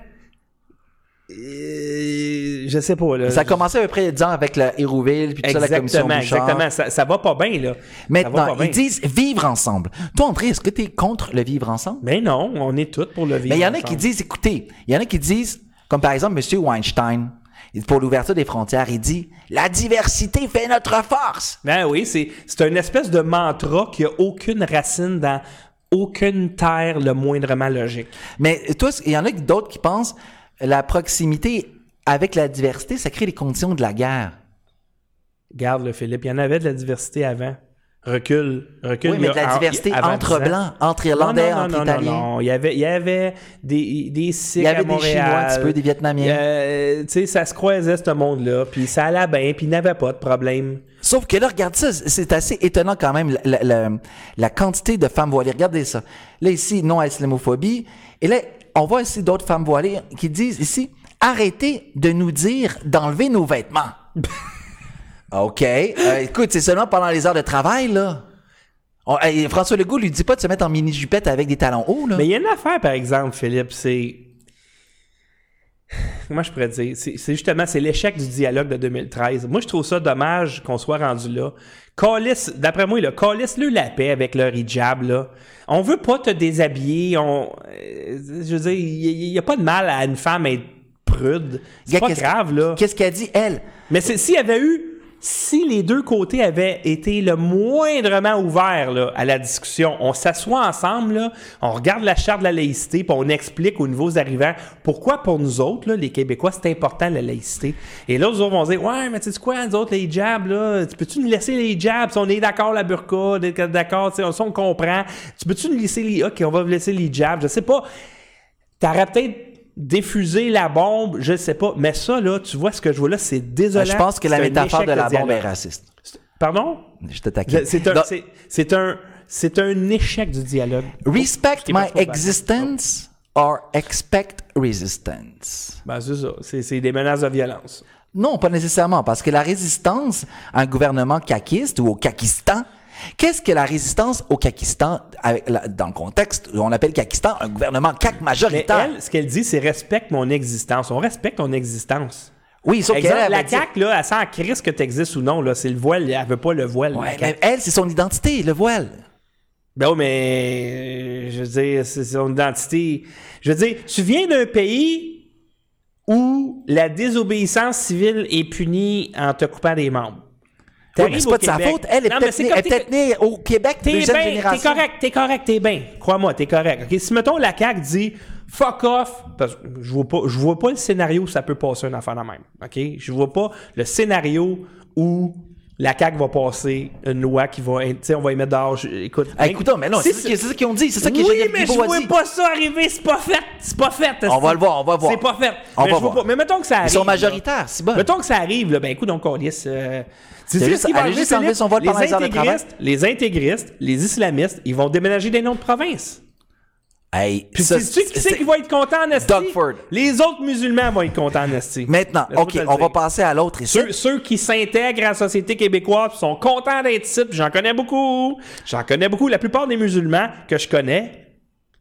Euh, je sais pas, là. Ça a commencé à peu près dix ans avec la Hérouville, puis tout ça, la commission Exactement, Bouchard. exactement. Ça, ça va pas bien, là. Ça va Maintenant, pas ils bien. disent vivre ensemble. Toi, André, est-ce que tu es contre le vivre ensemble? Mais non, on est tous pour le vivre. Mais il y en a ensemble. qui disent, écoutez, il y en a qui disent, comme par exemple M. Weinstein, pour l'ouverture des frontières, il dit « La diversité fait notre force! Ben oui, c'est, c'est une espèce de mantra qui a aucune racine dans aucune terre le moindrement logique. » Mais toi, il y en a d'autres qui pensent la proximité avec la diversité, ça crée les conditions de la guerre. Regarde, le Philippe, il y en avait de la diversité avant. Recule, recule. Oui, il mais y a- de la en- diversité avant entre dix ans. blancs, entre Non, Irlandais, non, non, entre non, Italiens. Non, non, il y avait, il y avait des, des Sikhs Il y avait à des Montréal. Chinois un petit peu, des Vietnamiens. Euh, tu sais, ça se croisait, ce monde-là, puis ça allait bien, puis il n'avait pas de problème. Sauf que là, regarde ça, c'est assez étonnant quand même, la, la- la- la quantité de femmes voilées. Regardez ça. Là, ici, non à l'islamophobie. Et là, on voit ici d'autres femmes voilées qui disent ici, arrêtez de nous dire d'enlever nos vêtements. OK. Euh, écoute, c'est seulement pendant les heures de travail, là. On- hey, François Legault lui dit pas de se mettre en mini-jupette avec des talons hauts, là. Mais il y a une affaire, par exemple, Philippe, c'est... Comment je pourrais dire? C'est, c'est justement, c'est l'échec du dialogue de deux mille treize. Moi, je trouve ça dommage qu'on soit rendu là. Calisse, d'après moi, là, calisse-le la paix avec leur hijab, là. On veut pas te déshabiller, on... euh, je veux dire, il n'y a pas de mal à une femme être prude. C'est Gars, pas qu'est-ce- grave, là. Qu'est-ce qu'elle dit, elle? Mais c'est, s'il y avait eu si les deux côtés avaient été le moindrement ouverts là, à la discussion, on s'assoit ensemble, là, on regarde la charte de la laïcité, puis on explique aux nouveaux arrivants pourquoi pour nous autres, là, les Québécois, c'est important la laïcité. Et là, les autres vont dire, ouais, mais tu sais quoi, nous autres, les hijabs, là, tu peux-tu nous laisser les hijabs, si on est d'accord la burqa, d'accord, tu sais, on comprend, tu peux-tu nous laisser les, ok, on va vous laisser les hijabs, je sais pas, t'aurais peut-être diffuser la bombe, je ne sais pas. Mais ça, là, tu vois ce que je vois là, c'est désolant. Je pense que la c'est métaphore de la dialogue. bombe est raciste. Pardon? Je te taquine. C'est un, Donc, c'est, c'est un, c'est un échec du dialogue. Respect Je my sais pas trop existence or expect resistance. Ben, c'est ça. C'est, c'est des menaces de violence. Non, pas nécessairement, parce que la résistance à un gouvernement caquiste ou au Kakistan, qu'est-ce que la résistance au Kakistan, avec la- dans le contexte où on appelle Kakistan un gouvernement cac Mais majoritaire? elle, ce qu'elle dit, c'est respecte mon existence. On respecte ton existence. Oui, sauf qu'elle Exemple, elle la va dire- C A Q, là, elle sent en crise que tu existes ou non. Là. C'est le voile. Elle veut pas le voile. la Ouais, C A Q. mais elle, c'est son identité, le voile. Ben oui, mais euh, je veux dire, c'est son identité. Je veux dire, tu viens d'un pays où la désobéissance civile est punie en te coupant des membres. Oui, T'arrives mais c'est au pas de sa Québec. faute. Elle est Non, mais peut-être c'est née, comme elle est t'es- peut-être née au Québec, T'es deuxième bien, t'es génération. correct, t'es correct, t'es bien. Crois-moi, t'es correct. Ok, si mettons la C A Q dit fuck off, parce que je vois pas, je vois pas le scénario où ça peut passer une affaire de même. Ok, je vois pas le scénario où la C A Q va passer une loi qui va, tu sais, on va y mettre dehors. Je- Écoute, Ah, écoute, mais non, si c'est ça qu'ils- c'est ça qu'ils ont dit, c'est ça qui est oui, Geneviève mais je Guilbeault a vois dit. pas ça arriver, c'est pas fait, c'est pas fait. On va le voir, on va voir. C'est pas fait. On mais va je vois voir. pas- Mais mettons que ça arrive. Ils sont là. majoritaires, c'est bon. Mettons que ça arrive, là, ben écoute, donc on lisse. Euh, tu sais C'est ce juste- qui va allez arriver, juste enlever Philippe? son vote pendant les heures de travail. intégristes, les intégristes, les islamistes, ils vont déménager des noms de provinces. Hey, Puis ça, sais-tu qui c'est- c'est qui va être content en esti? Doug Ford. Les autres musulmans vont être contents en esti. Maintenant, Laisse-moi OK, te le on dire. va passer à l'autre ici. Ceux, ceux qui s'intègrent à la société québécoise sont contents d'être ici, puis j'en connais beaucoup. J'en connais beaucoup. La plupart des musulmans que je connais,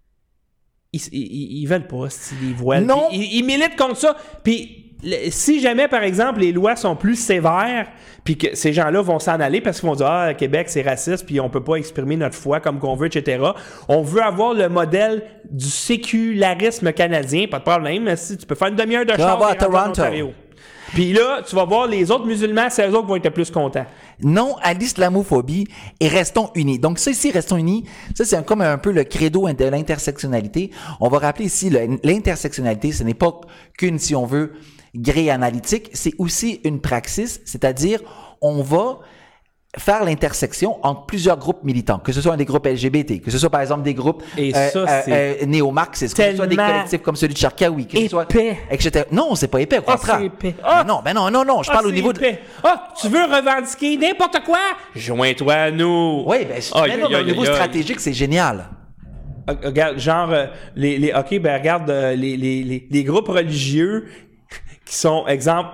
ils, ils, ils veulent pas, si les voiles. Non. Puis Ils, ils militent contre ça. Puis le- si jamais, par exemple, les lois sont plus sévères, puis que ces gens-là vont s'en aller parce qu'ils vont dire « Ah, Québec, c'est raciste, puis on peut pas exprimer notre foi comme qu'on veut, et cetera » On veut avoir le modèle du sécularisme canadien, pas de problème, mais si tu peux faire une demi-heure de Tu vas char voir à et rentrer en Toronto. Ontario. Puis là, tu vas voir les autres musulmans, c'est eux autres qui vont être le plus contents. Non à l'islamophobie et restons unis. Donc ça ici, restons unis, ça c'est un- comme un peu le credo de l'intersectionnalité. On va rappeler ici, le- l'intersectionnalité, ce n'est pas qu'une, si on veut, grille analytique, c'est aussi une praxis, c'est-à-dire on va faire l'intersection entre plusieurs groupes militants, que ce soit des groupes L G B T, que ce soit par exemple des groupes Et euh, ça, euh, c'est euh, néo-marxistes, que ce soit des tellement collectifs comme celui de Charkaoui, que ce soit épais. et cetera. Non, c'est pas épais, au Ah, contraire. c'est épais. Ben Ah! non, ben non, non, non, je Ah, parle au c'est niveau de... épais. Ah, tu veux revendiquer n'importe quoi? Joins-toi à nous. Oui, ben, Ah, mais non, y a- mais au y a- niveau y a- stratégique, c'est génial. Ah, regarde, genre, euh, les, les, OK, ben regarde, euh, les, les, les, les groupes religieux qui sont, exemple,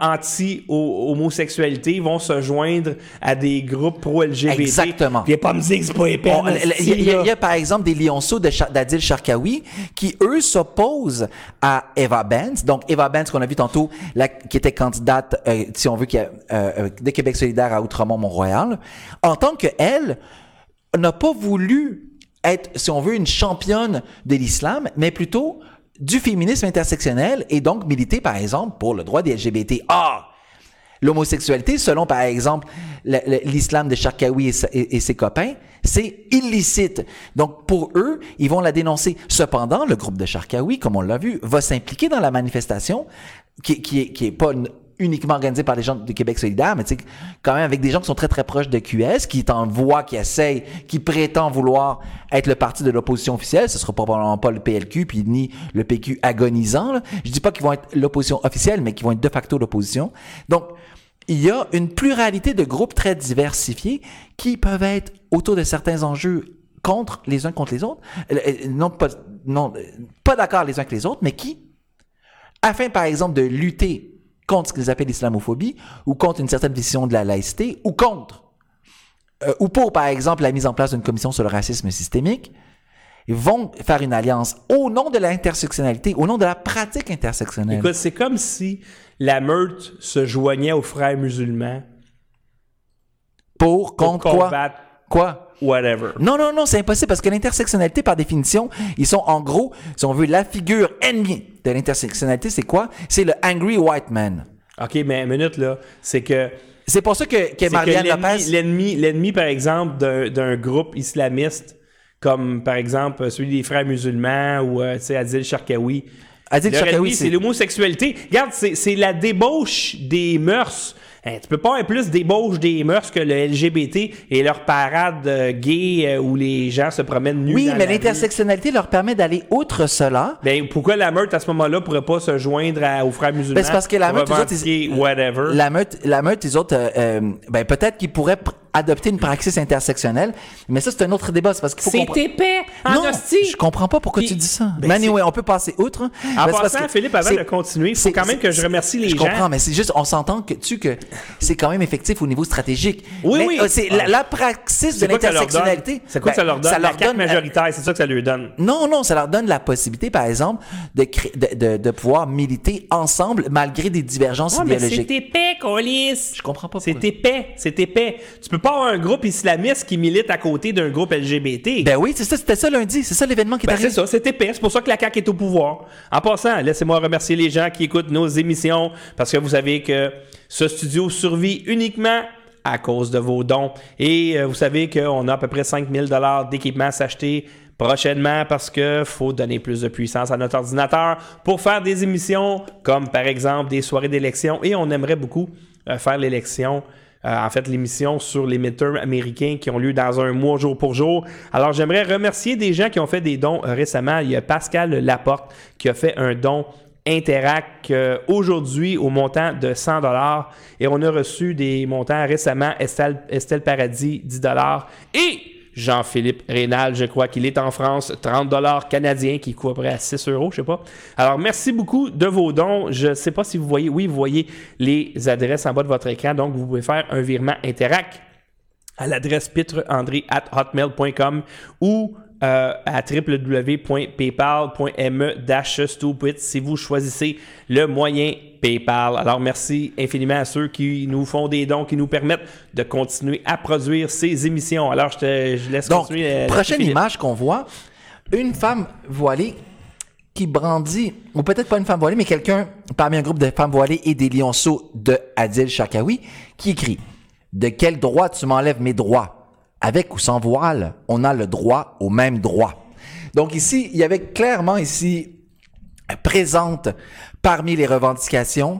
anti-homosexualité vont se joindre à des groupes pro-L G B T. Exactement. Viens pas me dire que c'est pas épais. On- là, Il y, a- si, il y a- là. il y a par exemple des lionceaux de Char- d'Adil Sharkawi qui, eux, s'opposent à Eva Benz. Donc, Eva Benz, qu'on a vu tantôt, la- qui était candidate, euh, si on veut, qui a, euh, euh, de Québec solidaire à Outremont-Mont-Royal, en tant qu'elle, n'a pas voulu être, si on veut, une championne de l'islam, mais plutôt du féminisme intersectionnel et donc militer, par exemple, pour le droit des L G B T. Ah! L'homosexualité, selon par exemple le- le- l'islam de Sharkawi et, sa- et- et ses copains, c'est illicite. Donc pour eux, ils vont la dénoncer. Cependant, le groupe de Sharkawi, comme on l'a vu, va s'impliquer dans la manifestation qui, qui est, qui est pas une- uniquement organisée par les gens de Québec solidaire, mais tu sais, quand même avec des gens qui sont très très proches de Q S, qui est en voix, qui essaye, qui prétend vouloir être le parti de l'opposition officielle. Ce sera probablement pas le P L Q, puis ni le P Q agonisant, là. Je dis pas qu'ils vont être l'opposition officielle, mais qu'ils vont être de facto l'opposition. Donc, il y a une pluralité de groupes très diversifiés qui peuvent être autour de certains enjeux contre les uns contre les autres, euh, euh, non pas, non, euh, pas d'accord les uns avec les autres, mais qui, afin par exemple de lutter contre ce qu'ils appellent l'islamophobie, ou contre une certaine vision de la laïcité, ou contre, euh, ou pour par exemple la mise en place d'une commission sur le racisme systémique, ils vont faire une alliance au nom de l'intersectionnalité, au nom de la pratique intersectionnelle. Écoute, c'est comme si la meute se joignait aux frères musulmans pour, pour contre quoi? combattre Quoi? whatever. Non, non, non, c'est impossible parce que l'intersectionnalité, par définition, ils sont en gros, si on veut, la figure ennemie de l'intersectionnalité, c'est quoi? C'est le angry white man. OK, mais une minute, là, c'est que C'est pour ça que, que C'est Marianne que l'ennemi, Lopez... l'ennemi, l'ennemi, par exemple, d'un, d'un groupe islamiste, comme par exemple celui des frères musulmans ou euh, tu sais, Adil Sharkawi. Adil Leur Sharkawi, ennemi, c'est... c'est l'homosexualité. Regarde, c'est, c'est la débauche des mœurs. Hein, tu peux pas avoir plus débauche des mœurs que le L G B T et leur parade euh, gay euh, où les gens se promènent nus. Oui, dans mais la l'intersectionnalité leur permet d'aller outre cela. rue. Ben, pourquoi la meute, à ce moment-là, pourrait pas se joindre à- aux frères musulmans? Ben, c'est parce que la pour meute, eux autres, revendiquer ils- whatever. La meute, la meute, les autres, euh, euh, ben peut-être qu'ils pourraient pr- adopter une praxis intersectionnelle, mais ça, c'est un autre débat. C'est parce qu'il faut C'est comprendre. épais, en Non, hostie. je comprends pas pourquoi Puis- tu dis ça. ben, mais anyway, on peut passer outre. En Ben, c'est parce passant, que Philippe, avant c'est- de continuer, il faut c'est- quand même que je c'est- remercie les je gens. comprends, mais c'est juste, on s'entend que tu que c'est quand même effectif au niveau stratégique. Oui, mais, oui. euh, c'est la, la praxis de C'est quoi que ça leur donne? l'intersectionnalité. C'est quoi que ça ben, leur donne? ça La leur carte donne, euh, majoritaire, c'est ça que ça leur donne. Non, non, ça leur donne la possibilité, par exemple, de, cré- de, de, de pouvoir militer ensemble malgré des divergences Ouais, mais idéologiques. c'est épais, Colis. Je comprends pas C'est pourquoi. épais, c'est épais. Tu peux pas avoir un groupe islamiste qui milite à côté d'un groupe L G B T. Ben oui, c'est ça, c'était ça lundi. C'est ça l'événement qui est Ben, arrivé. c'est ça, c'est épais. C'est pour ça que la C A Q est au pouvoir. En passant, laissez-moi remercier les gens qui écoutent nos émissions parce que vous savez que ce studio survit uniquement à cause de vos dons. Et euh, vous savez qu'on a à peu près cinq mille dollars d'équipement à s'acheter prochainement parce que faut donner plus de puissance à notre ordinateur pour faire des émissions comme par exemple des soirées d'élection. Et on aimerait beaucoup euh, faire l'élection Euh, en fait, l'émission sur les midterms américains qui ont lieu dans un mois jour pour jour. Alors, j'aimerais remercier des gens qui ont fait des dons euh, récemment. Il y a Pascal Laporte qui a fait un don Interac euh, aujourd'hui au montant de cent dollars. Et on a reçu des montants récemment. Estelle, Estelle Paradis, dix dollars. Et Jean-Philippe Rénal, je crois qu'il est en France, trente dollars canadiens, qui coûte à peu près à six euros, je sais pas. Alors, merci beaucoup de vos dons. Je ne sais pas si vous voyez, oui, vous voyez les adresses en bas de votre écran, donc vous pouvez faire un virement Interac à l'adresse pitreandré arobase hotmail point com ou euh, à w w w point paypal point m e slash stupid si vous choisissez le moyen PayPal. Alors, merci infiniment à ceux qui nous font des dons, qui nous permettent de continuer à produire ces émissions. Alors, je, te, je laisse Donc, continuer. euh, prochaine Philippe. image qu'on voit, une femme voilée qui brandit, ou peut-être pas une femme voilée, mais quelqu'un parmi un groupe de femmes voilées et des lionceaux de Adil Sharkawi, qui écrit « De quel droit tu m'enlèves mes droits? Avec ou sans voile, on a le droit au même droit. » Donc ici, il y avait clairement ici présente parmi les revendications.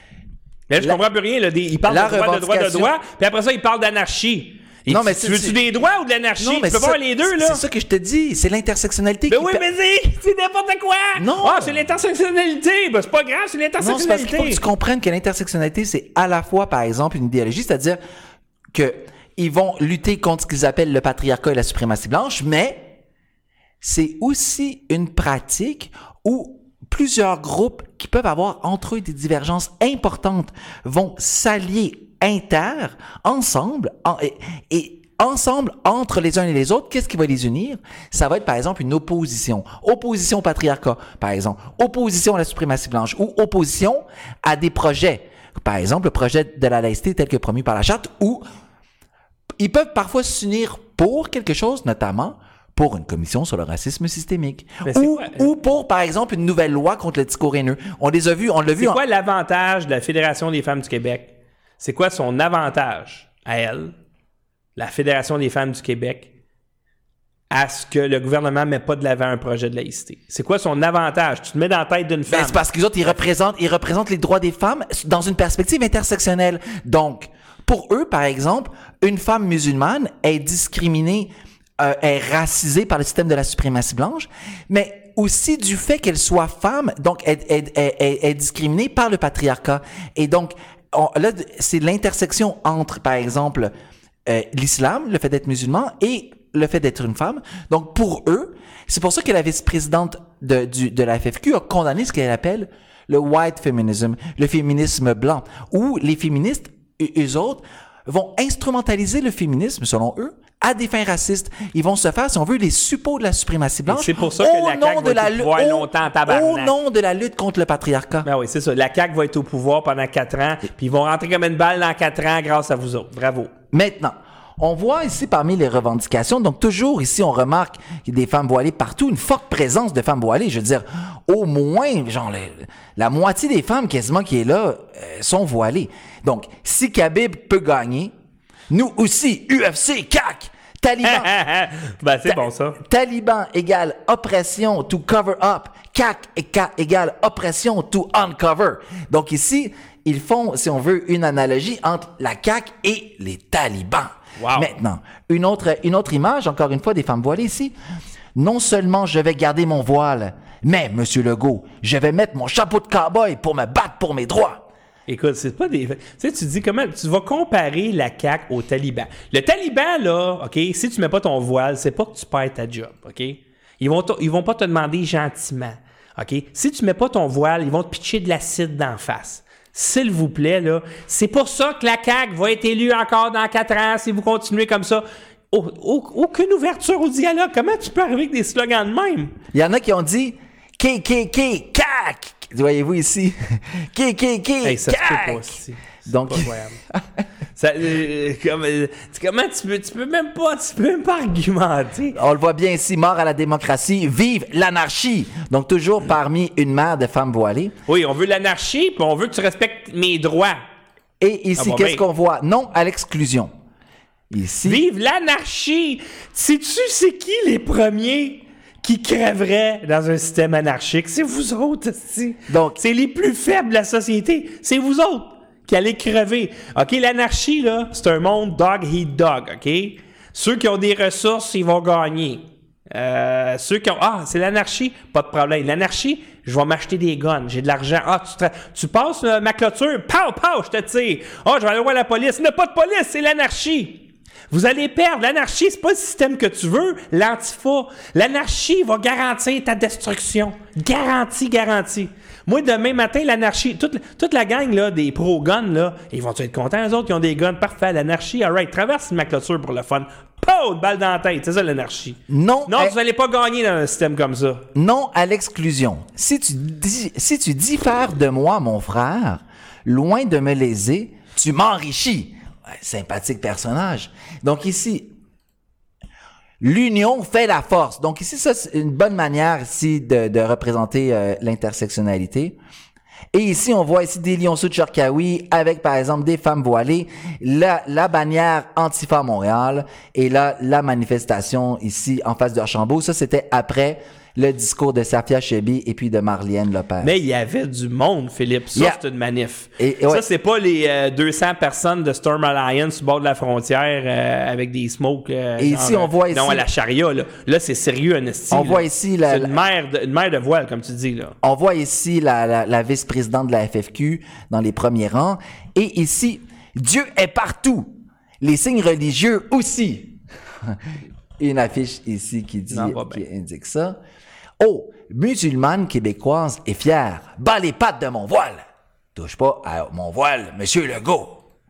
Mais là, je La- comprends plus rien. Là, des, il parle la de droit, de droit, de revendication- droit, puis après ça, il parle d'anarchie. Et Non, tu- mais tu c'est- veux-tu c'est- des droits ou de l'anarchie? Non, mais tu peux c'est pas ça- avoir les deux, là. C'est ça que je te dis, c'est l'intersectionnalité Ben qui oui, per- vas-y! C'est n'importe quoi! Non. Ah, c'est l'intersectionnalité! Ben, c'est pas grave, c'est Non, c'est parce qu'il l'intersectionnalité! faut que tu comprennes que l'intersectionnalité, c'est à la fois, par exemple, une idéologie, c'est-à-dire que ils vont lutter contre ce qu'ils appellent le patriarcat et la suprématie blanche, mais c'est aussi une pratique où plusieurs groupes qui peuvent avoir entre eux des divergences importantes vont s'allier inter, ensemble, en- et, et ensemble, entre les uns et les autres. Qu'est-ce qui va les unir? Ça va être, par exemple, une opposition. Opposition au patriarcat, par exemple. Opposition à la suprématie blanche ou opposition à des projets. Par exemple, le projet de la laïcité tel que promu par la Charte, où ils peuvent parfois s'unir pour quelque chose, notamment pour une commission sur le racisme systémique. Mais c'est Ou, quoi? ou pour, par exemple, une nouvelle loi contre le discours haineux. On les a vus, on l'a vu C'est en... quoi l'avantage de la Fédération des femmes du Québec? C'est quoi son avantage à elle, la Fédération des femmes du Québec, à ce que le gouvernement ne met pas de l'avant un projet de laïcité? C'est quoi son avantage? Tu te mets dans la tête d'une femme. Ben, c'est parce qu'ils autres, ils représentent, ils représentent les droits des femmes dans une perspective intersectionnelle. Donc, pour eux, par exemple, une femme musulmane est discriminée, euh, est racisée par le système de la suprématie blanche, mais aussi du fait qu'elle soit femme, donc est, est, est, est, est discriminée par le patriarcat. Et donc, on, là, c'est l'intersection entre, par exemple, euh, l'islam, le fait d'être musulman, et le fait d'être une femme. Donc, pour eux, c'est pour ça que la vice-présidente de, du, de la F F Q a condamné ce qu'elle appelle le white feminism, le féminisme blanc, où les féministes, eux autres, vont instrumentaliser le féminisme, selon eux, à des fins racistes. Ils vont se faire, si on veut, les suppôts de la suprématie blanche. C'est pour ça que au la nom C A Q de va la être au lu- pouvoir au- longtemps en tabarnak. Au nom de la lutte contre le patriarcat. Ben oui, c'est ça. La C A Q va être au pouvoir pendant quatre ans, puis ils vont rentrer comme une balle dans quatre ans grâce à vous autres. Bravo. Maintenant, On voit ici parmi les revendications, donc toujours ici, on remarque qu'il y a des femmes voilées partout, une forte présence de femmes voilées. Je veux dire, au moins, genre, le, la moitié des femmes quasiment qui est là euh, sont voilées. Donc, si Khabib peut gagner, nous aussi, U F C, C A C, Taliban. ben, c'est Ta- bon, ça. Taliban égale oppression to cover up. C A C égale oppression to uncover. Donc ici, ils font, si on veut, une analogie entre la C A C et les talibans. Wow. Maintenant, une autre, une autre image, encore une fois, des femmes voilées ici. Non seulement je vais garder mon voile, mais, Monsieur Legault, je vais mettre mon chapeau de cow-boy pour me battre pour mes droits. Écoute, c'est pas des... Tu sais, tu dis comment... Tu vas comparer la C A C aux talibans. Le taliban, là, OK, si tu mets pas ton voile, c'est pas que tu perds ta job, OK? Ils vont, t- ils vont pas te demander gentiment, OK? Si tu mets pas ton voile, ils vont te pitcher de l'acide d'en face. S'il vous plaît, là, c'est pour ça que la C A C va être élue encore dans quatre ans si vous continuez comme ça. Oh, oh, aucune ouverture au dialogue. Comment tu peux arriver avec des slogans de même? Il y en a qui ont dit K K K, C A C. Voyez-vous ici? K K K, Hey, ça C se peut A C. pas aussi. C'est Donc- pas croyable. Ça, euh, comme, euh, comment tu peux, tu peux même pas, tu peux même pas argumenter. On le voit bien ici, mort à la démocratie, vive l'anarchie. Donc toujours parmi une mère de femmes voilées. Oui, on veut l'anarchie, puis on veut que tu respectes mes droits. Et ici, Ah bon, qu'est-ce ben- qu'on voit? Non à l'exclusion. Ici, Vive l'anarchie! Sais-tu c'est qui les premiers qui crèveraient dans un système anarchique? C'est vous autres, esti. Donc- c'est les plus faibles de la société. C'est vous autres qui allez crever. OK, l'anarchie, là, c'est un monde dog eat dog, OK? Ceux qui ont des ressources, ils vont gagner. Euh, ceux qui ont... Ah, c'est l'anarchie? Pas de problème. L'anarchie, je vais m'acheter des guns. J'ai de l'argent. Ah, tu, tra- tu passes euh, ma clôture. Pow, pow, je te tire. Ah, je vais aller voir la police. Il n'y a pas de police, c'est l'anarchie. Vous allez perdre. L'anarchie, c'est pas le système que tu veux. L'antifa. L'anarchie va garantir ta destruction. Garantie, garantie. Moi, demain matin, l'anarchie, toute, toute la gang là, des pro-guns, là, ils vont être contents, eux autres, qui ont des guns. Parfait, l'anarchie, all right, traverse ma clôture pour le fun. Pow, une balle dans la tête. C'est ça, l'anarchie. non, Non, à, vous n'allez pas gagner dans un système comme ça. non à l'exclusion. Si tu, dis- si tu diffères de moi, mon frère, loin de me léser, tu m'enrichis. Ouais, sympathique personnage. Donc ici, l'union fait la force. Donc ici, ça, c'est une bonne manière ici de, de représenter euh, l'intersectionnalité. Et ici, on voit ici des lionceaux de Cherkaoui avec, par exemple, des femmes voilées, la, la bannière Antifa Montréal, et là, la manifestation ici en face de Archambault. Ça, c'était après le discours de Safia Chebi et puis de Marlène Lopez. Mais il y avait du monde, Philippe. Ça, Yeah. c'est une manif. Et- et ouais. Ça, c'est pas les euh, deux cents personnes de Storm Alliance au bord de la frontière euh, avec des smokes. euh, Et ici, on voit ici- Non, à la charia, là. Là, c'est sérieux, un esti. On là. voit ici la- C'est une mère, de, une mère de voile, comme tu dis, là. On voit ici la, la, la vice-présidente de la F F Q dans les premiers rangs. Et ici, Dieu est partout. Les signes religieux aussi. Une affiche ici qui dit, Non, va qui bien. indique ça. Oh, musulmane québécoise est fière. Bas les pattes de mon voile. Touche pas à mon voile, Monsieur Legault.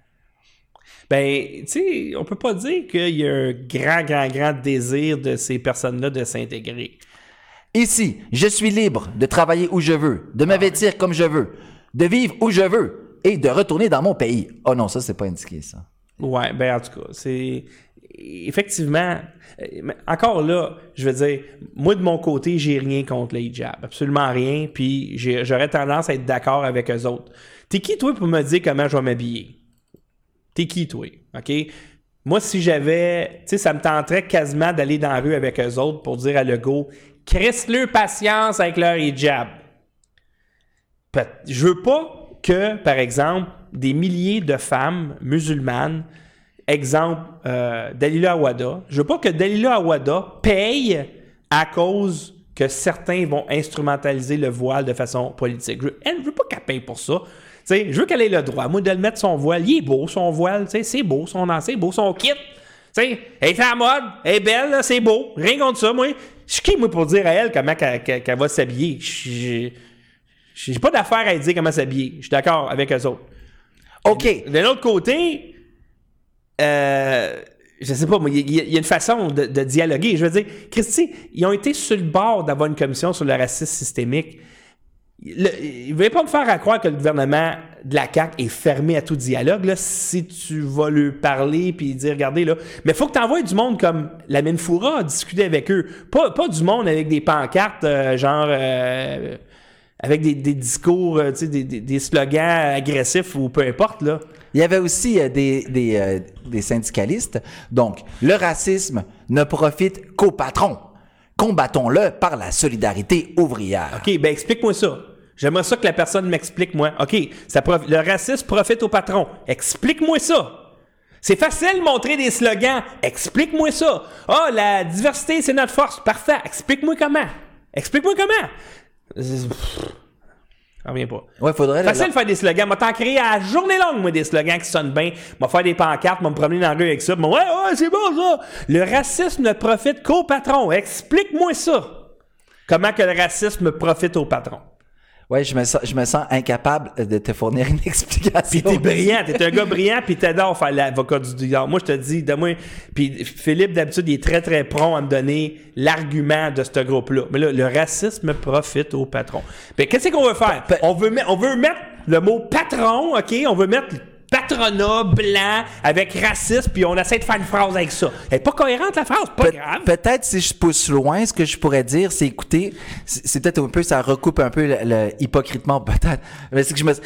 Ben, tu sais, on peut pas dire qu'il y a un grand, grand, grand désir de ces personnes-là de s'intégrer. Ici, je suis libre de travailler où je veux, de me vêtir comme je veux, de vivre où je veux et de retourner dans mon pays. Oh non, ça, c'est pas indiqué, ça. Ouais, ben en tout cas, c'est... Effectivement, euh, mais encore là, je veux dire, moi de mon côté, j'ai rien contre le hijab. Absolument rien, puis j'ai- j'aurais tendance à être d'accord avec eux autres. T'es qui, toi, pour me dire comment je vais m'habiller? T'es qui, toi? OK? Moi, si j'avais... Tu sais, ça me tenterait quasiment d'aller dans la rue avec eux autres pour dire à Legault, crisse-le patience avec leur hijab. Peut- Je veux pas que, par exemple, des milliers de femmes musulmanes, exemple, euh, Dalila Awada, je veux pas que Dalila Awada paye à cause que certains vont instrumentaliser le voile de façon politique. Je, elle, je veux pas qu'elle paye pour ça. Tu sais, je veux qu'elle ait le droit, moi, de le mettre son voile. Il est beau, son voile, tu sais, c'est beau, son c'est beau, son kit. Tu sais, elle est à la mode, elle est belle, là, c'est beau. Rien contre ça, moi. Je suis qui, moi, pour dire à elle comment qu'elle, qu'elle- qu'elle va s'habiller? J'ai j'ai pas d'affaire à dire comment s'habiller. Je suis d'accord avec eux autres. OK. D'un autre côté, euh, je sais pas, moi, il y, y a une façon de, de dialoguer. Je veux dire, Christy, ils ont été sur le bord d'avoir une commission sur le racisme systémique. Le, ne veuillez pas me faire à croire que le gouvernement de la C A Q est fermé à tout dialogue. Là, si tu vas lui parler puis dire, regardez, là, mais il faut que tu envoies du monde comme Lamine Foura à discuter avec eux. Pas, pas du monde avec des pancartes, euh, genre, euh, avec des, des discours, euh, des, des, des slogans agressifs ou peu importe, là. Il y avait aussi euh, des, des, euh, des syndicalistes. Donc, le racisme ne profite qu'aux patrons. Combattons-le par la solidarité ouvrière. OK, ben explique-moi ça. J'aimerais ça que la personne m'explique, moi. OK, ça prof... le racisme profite au patron. Explique-moi ça. C'est facile de montrer des slogans. Explique-moi ça. Ah, oh, la diversité, c'est notre force. Parfait. Explique-moi comment. Explique-moi comment. Pff, j'en reviens pas. Ouais, faudrait... Facile de faire des slogans. Moi, t'en créer à la journée longue, moi, des slogans qui sonnent bien. Moi, faire des pancartes, moi, me promener dans la rue avec ça. Moi, ouais, ouais, c'est bon, ça. Le racisme ne profite qu'au patron. Explique-moi ça. Comment que le racisme profite au patron. Ouais, je me sens, je me sens incapable de te fournir une explication. Puis t'es brillant, t'es un gars brillant, puis t'adores faire l'avocat du diable. Moi, je te dis, de moi, puis Philippe, d'habitude, il est très, très prompt à me donner l'argument de ce groupe-là. Mais là, le racisme profite au patron. Puis qu'est-ce qu'on veut faire? Pe- pe- on, veut met, on veut mettre le mot patron, OK? On veut mettre patronat blanc avec racisme, puis on essaie de faire une phrase avec ça. Elle n'est pas cohérente, la phrase, pas Pe- grave. Peut-être si je pousse loin, ce que je pourrais dire, c'est écoutez, c'est, c'est peut-être un peu, ça recoupe un peu le, le hypocritement, peut-être. Mais c'est que je me,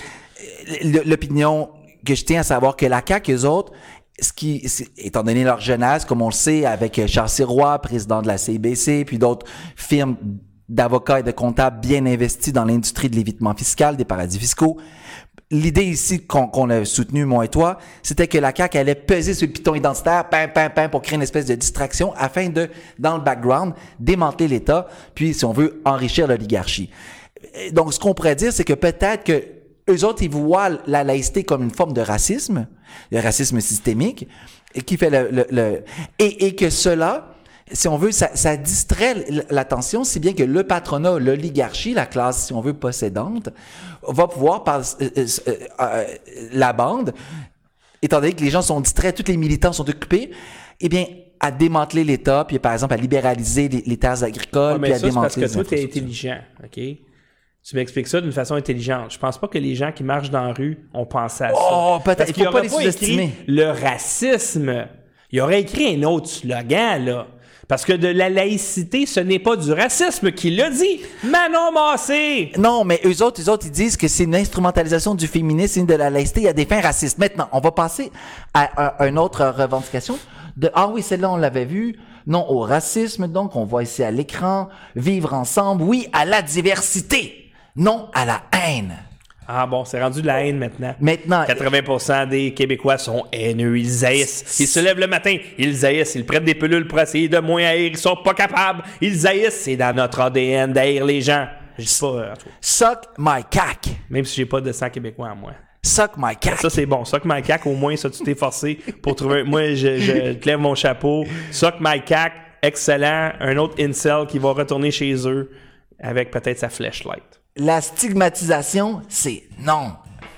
l'opinion que je tiens à savoir que la C A Q, eux autres, ce qui, c'est, étant donné leur jeunesse, comme on le sait, avec Charles Sirois, président de la C I B C, puis d'autres firmes d'avocats et de comptables bien investis dans l'industrie de l'évitement fiscal, des paradis fiscaux. L'idée ici qu'on, qu'on a soutenu, moi et toi, c'était que la C A Q allait peser sur le piton identitaire, pam, pam, pam, pour créer une espèce de distraction afin de, dans le background, démanteler l'État, puis, si on veut, enrichir l'oligarchie. Donc, ce qu'on pourrait dire, c'est que peut-être que eux autres, ils voient la laïcité comme une forme de racisme, le racisme systémique, et qui fait le, le, le et, et que cela, si on veut, ça, ça distrait l'attention, si bien que le patronat, l'oligarchie, la classe, si on veut, possédante, va pouvoir, par euh, euh, euh, la bande, étant donné que les gens sont distraits, tous les militants sont occupés, eh bien, à démanteler l'État, puis par exemple, à libéraliser les, les terres agricoles, Ouais, mais puis à ça, c'est parce démanteler que toi, les tu es infrastructures. intelligent, OK? Tu m'expliques ça d'une façon intelligente. Je pense pas que les gens qui marchent dans la rue ont pensé à ça. Oh, peut-être. Parce Il qu'il faut pas aurait les pas sous-estimer. écrit le racisme. Il aurait écrit un autre slogan, là. Parce que de la laïcité, ce n'est pas du racisme qui l'a dit. Manon Massé! Non, mais eux autres, eux autres, ils disent que c'est une instrumentalisation du féminisme et de la laïcité à des fins racistes. Maintenant, on va passer à, à une autre revendication. De, ah oui, celle-là, on l'avait vue. Non au racisme, donc, on voit ici à l'écran. Vivre ensemble, oui, à la diversité. Non à la haine. Ah bon, c'est rendu de la haine maintenant. Maintenant, quatre-vingts pour cent des Québécois sont haineux, ils haïssent. Ils se lèvent le matin, ils haïssent, ils prennent des pilules pour essayer de moins haïr, ils sont pas capables, ils haïssent. C'est dans notre A D N d'haïr les gens. Je dis pas, euh, en tout cas, suck my cack. même si j'ai pas de sang québécois en moi. Suck my cack. Ça, c'est bon. Suck my cack, au moins, ça, tu t'es forcé pour trouver. Moi, je, je te lève mon chapeau. Suck my cack, excellent. Un autre incel qui va retourner chez eux avec peut-être sa flashlight. La stigmatisation, c'est non.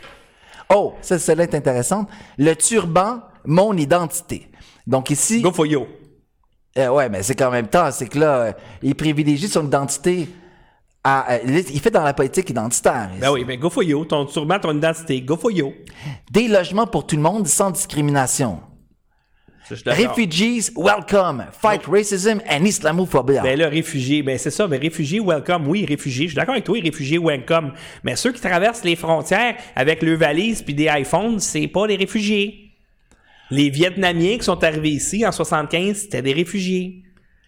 Oh, ça, celle-là est intéressante. Le turban, mon identité. Donc ici... Go for you. Euh, ouais, mais c'est qu'en même temps, c'est que là, euh, il privilégie son identité à... euh, il fait dans la politique identitaire. Ben oui, ben go for you. Ton turban, ton identité. Go for you. Des logements pour tout le monde sans discrimination. Ça, je suis d'accord. Refugees, welcome. Fight racism and islamophobia. Ben là, réfugiés, ben c'est ça, ben réfugiés, welcome, oui, réfugiés, je suis d'accord avec toi, réfugiés, welcome, mais ceux qui traversent les frontières avec leurs valises puis des iPhones, c'est pas des réfugiés. Les Vietnamiens qui sont arrivés ici en soixante-quinze, c'était des réfugiés.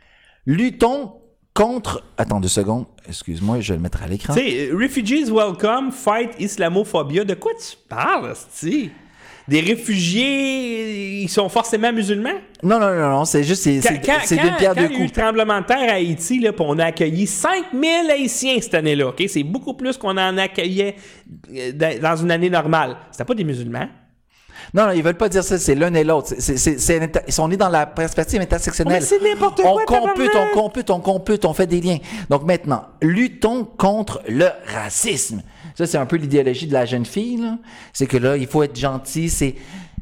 Luttons contre... Attends deux secondes, excuse-moi, je vais le mettre à l'écran. Tu sais, refugees, welcome, fight islamophobia, de quoi tu parles, c'ti? Des réfugiés, ils sont forcément musulmans? Non, non, non, non, c'est juste, c'est, Quand, c'est, quand, c'est quand, d'une pierre quand deux il y a eu le coups. tremblement de terre à Haïti, là, puis on a accueilli cinq mille Haïtiens cette année-là. Okay? C'est beaucoup plus qu'on en accueillait euh, dans une année normale. C'était pas des musulmans. Non, non, ils veulent pas dire ça, c'est l'un et l'autre. C'est, c'est, c'est, c'est inter... On est dans la perspective intersectionnelle. Mais c'est n'importe On quoi, compute, tabarnak! on compute, on compute, on fait des liens. Donc maintenant, luttons contre le racisme. Ça, c'est un peu l'idéologie de la jeune fille, là. C'est que là, il faut être gentil, c'est...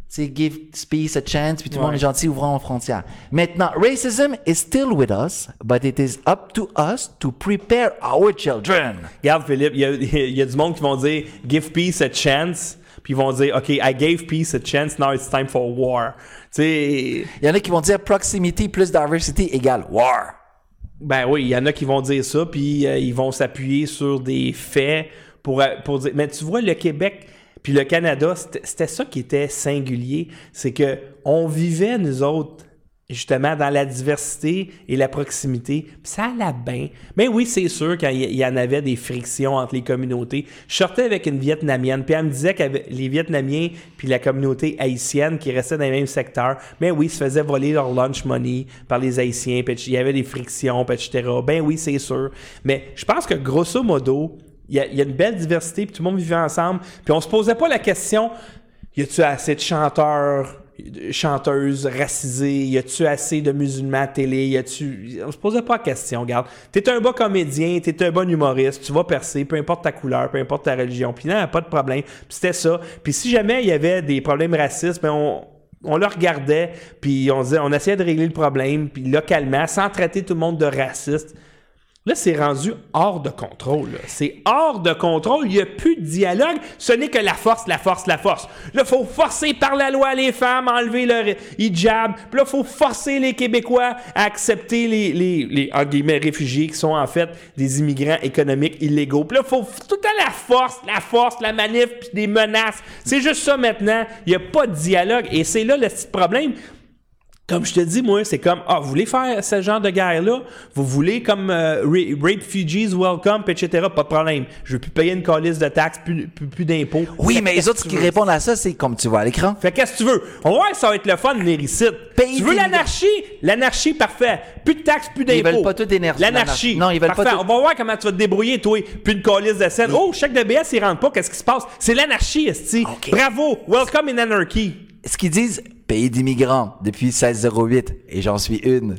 c'est give peace a chance, puis tout le Ouais. monde est gentil, ouvrons les frontières. Maintenant, racism is still with us, but it is up to us to prepare our children. Regarde, Philippe, il y a, il y a du monde qui vont dire « Give peace a chance », puis ils vont dire « OK, I gave peace a chance, now it's time for war ». Tu sais, Il y en a qui vont dire proximity plus diversity égale war. ben oui, il y en a qui vont dire ça, puis euh, ils vont s'appuyer sur des faits pour, euh, pour dire... Mais tu vois, le Québec puis le Canada, c'était, c'était ça qui était singulier, c'est que on vivait, nous autres, justement, dans la diversité et la proximité, puis ça allait bien. Mais oui, c'est sûr qu'il y, y en avait des frictions entre les communautés. Je sortais avec une Vietnamienne, puis elle me disait que les Vietnamiens puis la communauté haïtienne qui restaient dans les mêmes secteurs, ben oui, ils se faisaient voler leur lunch money par les Haïtiens, puis il y avait des frictions, puis et cetera. Ben oui, c'est sûr. Mais je pense que grosso modo, il y, y a une belle diversité, puis tout le monde vivait ensemble, puis on se posait pas la question, y a-tu assez de chanteurs, chanteuses racisées, y a-tu assez de musulmans à télé, y a-tu... On se posait pas la question, regarde. T'es un bon comédien, t'es un bon humoriste, tu vas percer, peu importe ta couleur, peu importe ta religion, puis non, pas de problème. Puis c'était ça. Puis si jamais il y avait des problèmes racistes, ben on... On le regardait, puis on disait, on essayait de régler le problème, puis localement, sans traiter tout le monde de raciste. Là, c'est rendu hors de contrôle. Là. C'est hors de contrôle. Il n'y a plus de dialogue. Ce n'est que la force, la force, la force. Là, il faut forcer par la loi les femmes à enlever leur hijab. Puis là, il faut forcer les Québécois à accepter les, les, les en guillemets, réfugiés qui sont en fait des immigrants économiques illégaux. Puis là, il faut tout le temps la force, la force, la manif, puis des menaces. C'est juste ça maintenant. Il n'y a pas de dialogue. Et c'est là le petit problème. Comme je te dis, moi, c'est comme, ah, vous voulez faire ce genre de guerre-là? Vous voulez comme euh, Rape Fugees, Welcome, et cetera. Pas de problème. Je veux plus payer une calice de taxes, plus, plus, plus d'impôts. Oui, Fait mais les autres qui répondent à ça, c'est comme tu vois à l'écran. Fait qu'est-ce que tu veux? On va voir, ça va être le fun de venir ici. Pays Tu veux des- l'anarchie? L'anarchie, parfait. Plus de taxes, plus d'impôts. Ils veulent pas tout énergie- L'anarchie. Non, ils veulent pas Parfait. tout- On va voir comment tu vas te débrouiller, toi. Plus une calice de scène. Oh, chèque de B S, il rentre pas. Qu'est-ce qui se passe? C'est l'anarchie, esti. Ok. Bravo. Welcome in anarchy. Ce qu'ils disent, pays d'immigrants depuis seize zéro huit, et j'en suis une.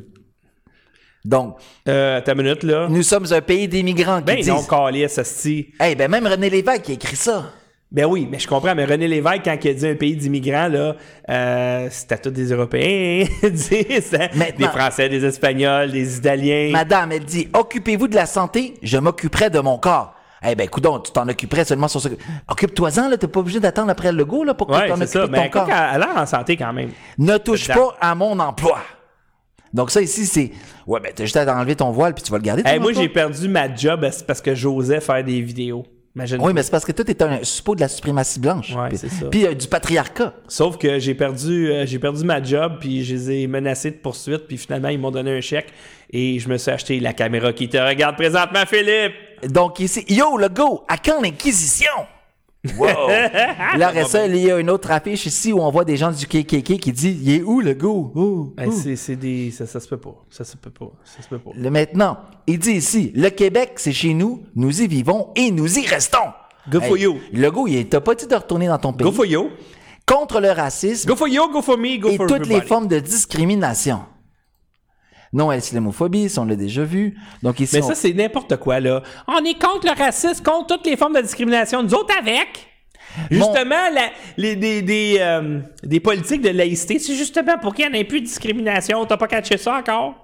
Donc, Euh, ta minute, là. nous sommes un pays d'immigrants qui Ben disent... non, calice, esti. Hey, ben même René Lévesque qui a écrit ça. Ben oui, mais je comprends. Mais René Lévesque, quand il a dit un pays d'immigrants, là, euh, c'était tous des Européens. C'était Maintenant- des Français, des Espagnols, des Italiens. Madame, elle dit, occupez-vous de la santé, je m'occuperai de mon corps. Eh ben, coudonc, tu t'en occuperais seulement sur ce... Occupe-toi-en, là, t'es pas obligé d'attendre après le logo, là, pour que Ouais, t'en c'est occupes ça. de ton Mais corps. elle a l'air en santé quand même. Ne touche Dedans. pas à mon emploi. Donc ça, ici, c'est... Ouais, ben, t'as juste à enlever ton voile, puis tu vas le garder, ton Hey, moi, emploi. j'ai perdu ma job c'est parce que j'osais faire des vidéos. Imagine. Oui, mais c'est parce que toi, t'es un suppôt de la suprématie blanche. Ouais, Puis- c'est ça. Puis euh, du patriarcat. Sauf que j'ai perdu, euh, j'ai perdu ma job, puis je les ai menacés de poursuite, puis finalement, ils m'ont donné un chèque et je me suis acheté la caméra qui te regarde présentement, Philippe. Donc ici, yo, le go, à quand l'Inquisition? Wow! Là, après ça, il y a une autre affiche ici où on voit des gens du K K K qui disent, il est où le go? Oh, Hey, oh. c'est, c'est des, ça, ça se peut pas. Ça se peut pas. Ça se peut pas. Le maintenant, il dit ici, le Québec, c'est chez nous, nous y vivons et nous y restons. Go for you. Le go, il t'a pas dit de retourner dans ton pays. Go for you. Contre le racisme Go for you, go for me, go et for toutes les everybody. formes de discrimination. Non à l'islamophobie, ça, on l'a déjà vu. Donc ici, Mais on- ça, c'est n'importe quoi, là. On est contre le racisme, contre toutes les formes de discrimination. Nous autres, avec. Justement, la- les, des, des, euh, des politiques de laïcité, c'est justement pour qu'il n'y en ait plus de discrimination. T'as pas catché ça encore?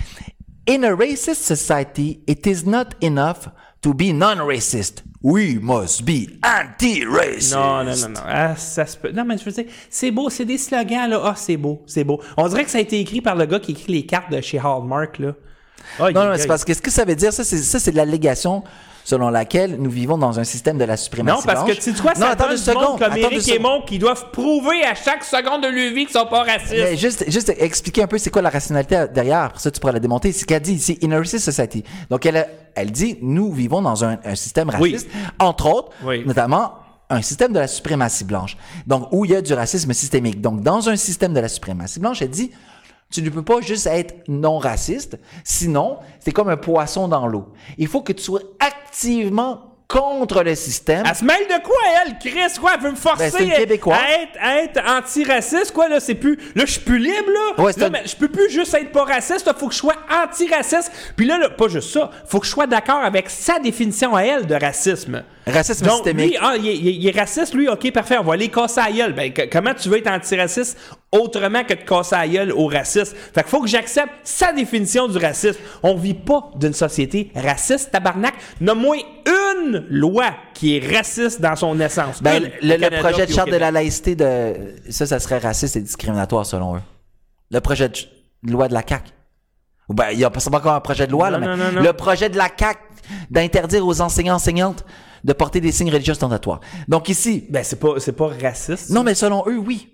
In a racist society, it is not enough to be non-racist. We must be anti-racist. Non, non, non, non. Ah, ça se peut. Non, mais je veux dire, c'est beau, c'est des slogans, là. Ah, c'est beau, c'est beau. On dirait que ça a été écrit par le gars qui écrit les cartes de chez Hallmark, là. Ah, Non, il- non, c'est il- parce que ce que ça veut dire, ça, c'est, ça, c'est de l'allégation selon laquelle nous vivons dans un système de la suprématie Non, parce que blanche. tu sais quoi, Non, ça attends donne une du monde seconde, comme attends Éric une et seconde. Mon qui doivent prouver à chaque seconde de leur vie qu'ils sont pas racistes. Mais juste, juste expliquer un peu c'est quoi la rationalité derrière, après ça tu pourras la démonter. C'est qu'elle dit ici, in a racist society. Donc elle, a- elle dit, nous vivons dans un, un système raciste, entre autres, Oui. notamment un système de la suprématie blanche. Donc où il y a du racisme systémique. Donc dans un système de la suprématie blanche, elle dit, tu ne peux pas juste être non raciste, sinon c'est comme un poisson dans l'eau. Il faut que tu sois activement contre le système. Elle se mêle de quoi, elle, Chris? Quoi? Elle veut me forcer Ben, c'est une à- Québécoise. à être, à être antiraciste, quoi, là? C'est plus... Là, je suis plus libre, là. Ouais, c'est Là, un- mais je peux plus juste être pas raciste, là. Faut que je sois antiraciste. Puis là, là, pas juste ça. Faut que je sois d'accord avec sa définition à elle de racisme. Racisme Donc, systémique. lui, ah, il, est, il est raciste, lui, OK, parfait, on va aller casser la gueule. Ben, que, comment tu veux être antiraciste autrement que de casser la gueule aux racistes? Fait qu'il faut que j'accepte sa définition du racisme. On vit pas d'une société raciste, tabarnak. Nomme-moi une loi qui est raciste dans son essence. Ben, Une, le, au le Canada projet de puis au charte de Québec. la laïcité, de ça, ça serait raciste et discriminatoire selon eux. Le projet de ch- de loi de la C A Q. Ou ben, il n'y a pas encore un projet de loi, Non, là, non, mais non, non. le projet de la C A Q d'interdire aux enseignants-enseignantes de porter des signes religieux ostentatoires. Donc ici, Ben, c'est pas, c'est pas raciste. non, mais selon eux, oui.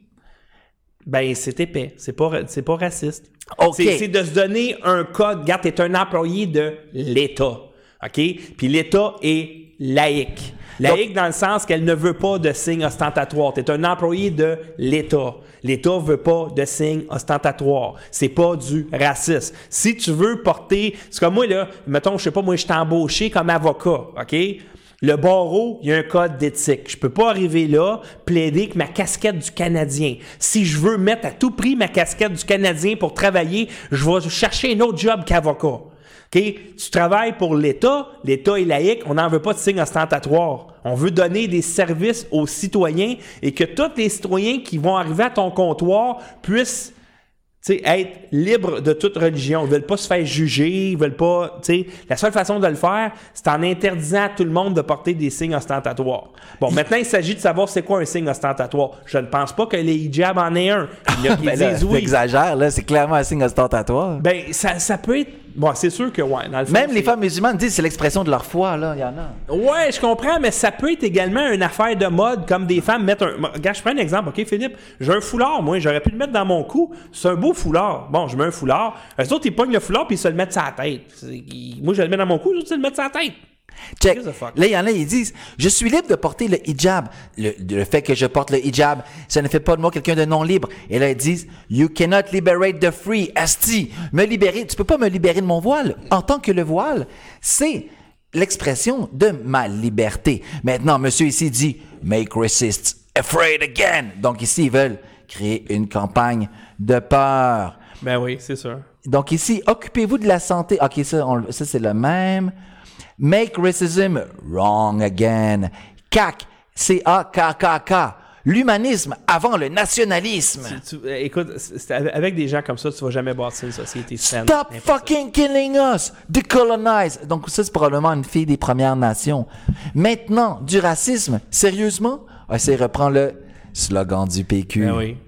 Ben, c'est épais. C'est pas, c'est pas raciste. OK. C'est, c'est de se donner un code. Regarde, t'es un employé de l'État. OK? Puis l'État est laïque. Laïque dans le sens qu'elle ne veut pas de signes ostentatoires. T'es un employé de l'État. L'État veut pas de signes ostentatoires. C'est pas du racisme. Si tu veux porter... C'est comme moi, là, mettons, je sais pas, moi, je t'ai embauché comme avocat. OK? Le barreau, il y a un code d'éthique. Je peux pas arriver là, plaider avec ma casquette du Canadien. Si je veux mettre à tout prix ma casquette du Canadien pour travailler, je vais chercher un autre job qu'avocat. Okay? Tu travailles pour l'État, l'État est laïque, on n'en veut pas de signes ostentatoires. On veut donner des services aux citoyens et que tous les citoyens qui vont arriver à ton comptoir puissent t'sais, être libres de toute religion. Ils veulent pas se faire juger, ils veulent pas... t'sais, la seule façon de le faire, c'est en interdisant à tout le monde de porter des signes ostentatoires. Bon, maintenant, il s'agit de savoir c'est quoi un signe ostentatoire. Je ne pense pas que les hijabs en aient un. Il y en a qui Ben là, disent oui. t'exagères, là, c'est clairement un signe ostentatoire. Ben, ça, ça peut être... Bon, c'est sûr que, ouais, dans le fond, Même les c'est- femmes musulmanes disent que c'est l'expression de leur foi, là, il y en a. Ouais, je comprends, mais ça peut être également une affaire de mode, comme des femmes mettent un... Regarde, je prends un exemple, OK, Philippe? J'ai un foulard, moi, j'aurais pu le mettre dans mon cou. C'est un beau foulard. Bon, je mets un foulard. Eux autres, ils pognent le foulard puis ils se le mettent sur la tête. C'est- ils- Moi, je le mets dans mon cou, eux autres, ils se le mettent sur la tête. Check. What the fuck? Là, il y en a, ils disent, je suis libre de porter le hijab. Le, le fait que je porte le hijab, ça ne fait pas de moi quelqu'un de non libre. Et là, ils disent, you cannot liberate the free. Asti, me libérer, tu peux pas me libérer de mon voile. En tant que le voile, c'est l'expression de ma liberté. Maintenant, monsieur ici dit, make racists afraid again. Donc ici, ils veulent créer une campagne de peur. Ben oui, c'est sûr. Donc ici, occupez-vous de la santé. OK, ça, on- ça c'est le même. Make racism wrong again. C A C, C A K K K. L'humanisme avant le nationalisme. Tu- euh, écoute, c'est- c'est- avec des gens comme ça, tu vas jamais bâtir une société saine. Stop Impossible. fucking killing us. Decolonize. Donc ça, c'est probablement une fille des Premières Nations. Maintenant, du racisme. Sérieusement? Ah, c'est reprend le slogan du P Q. Ben oui.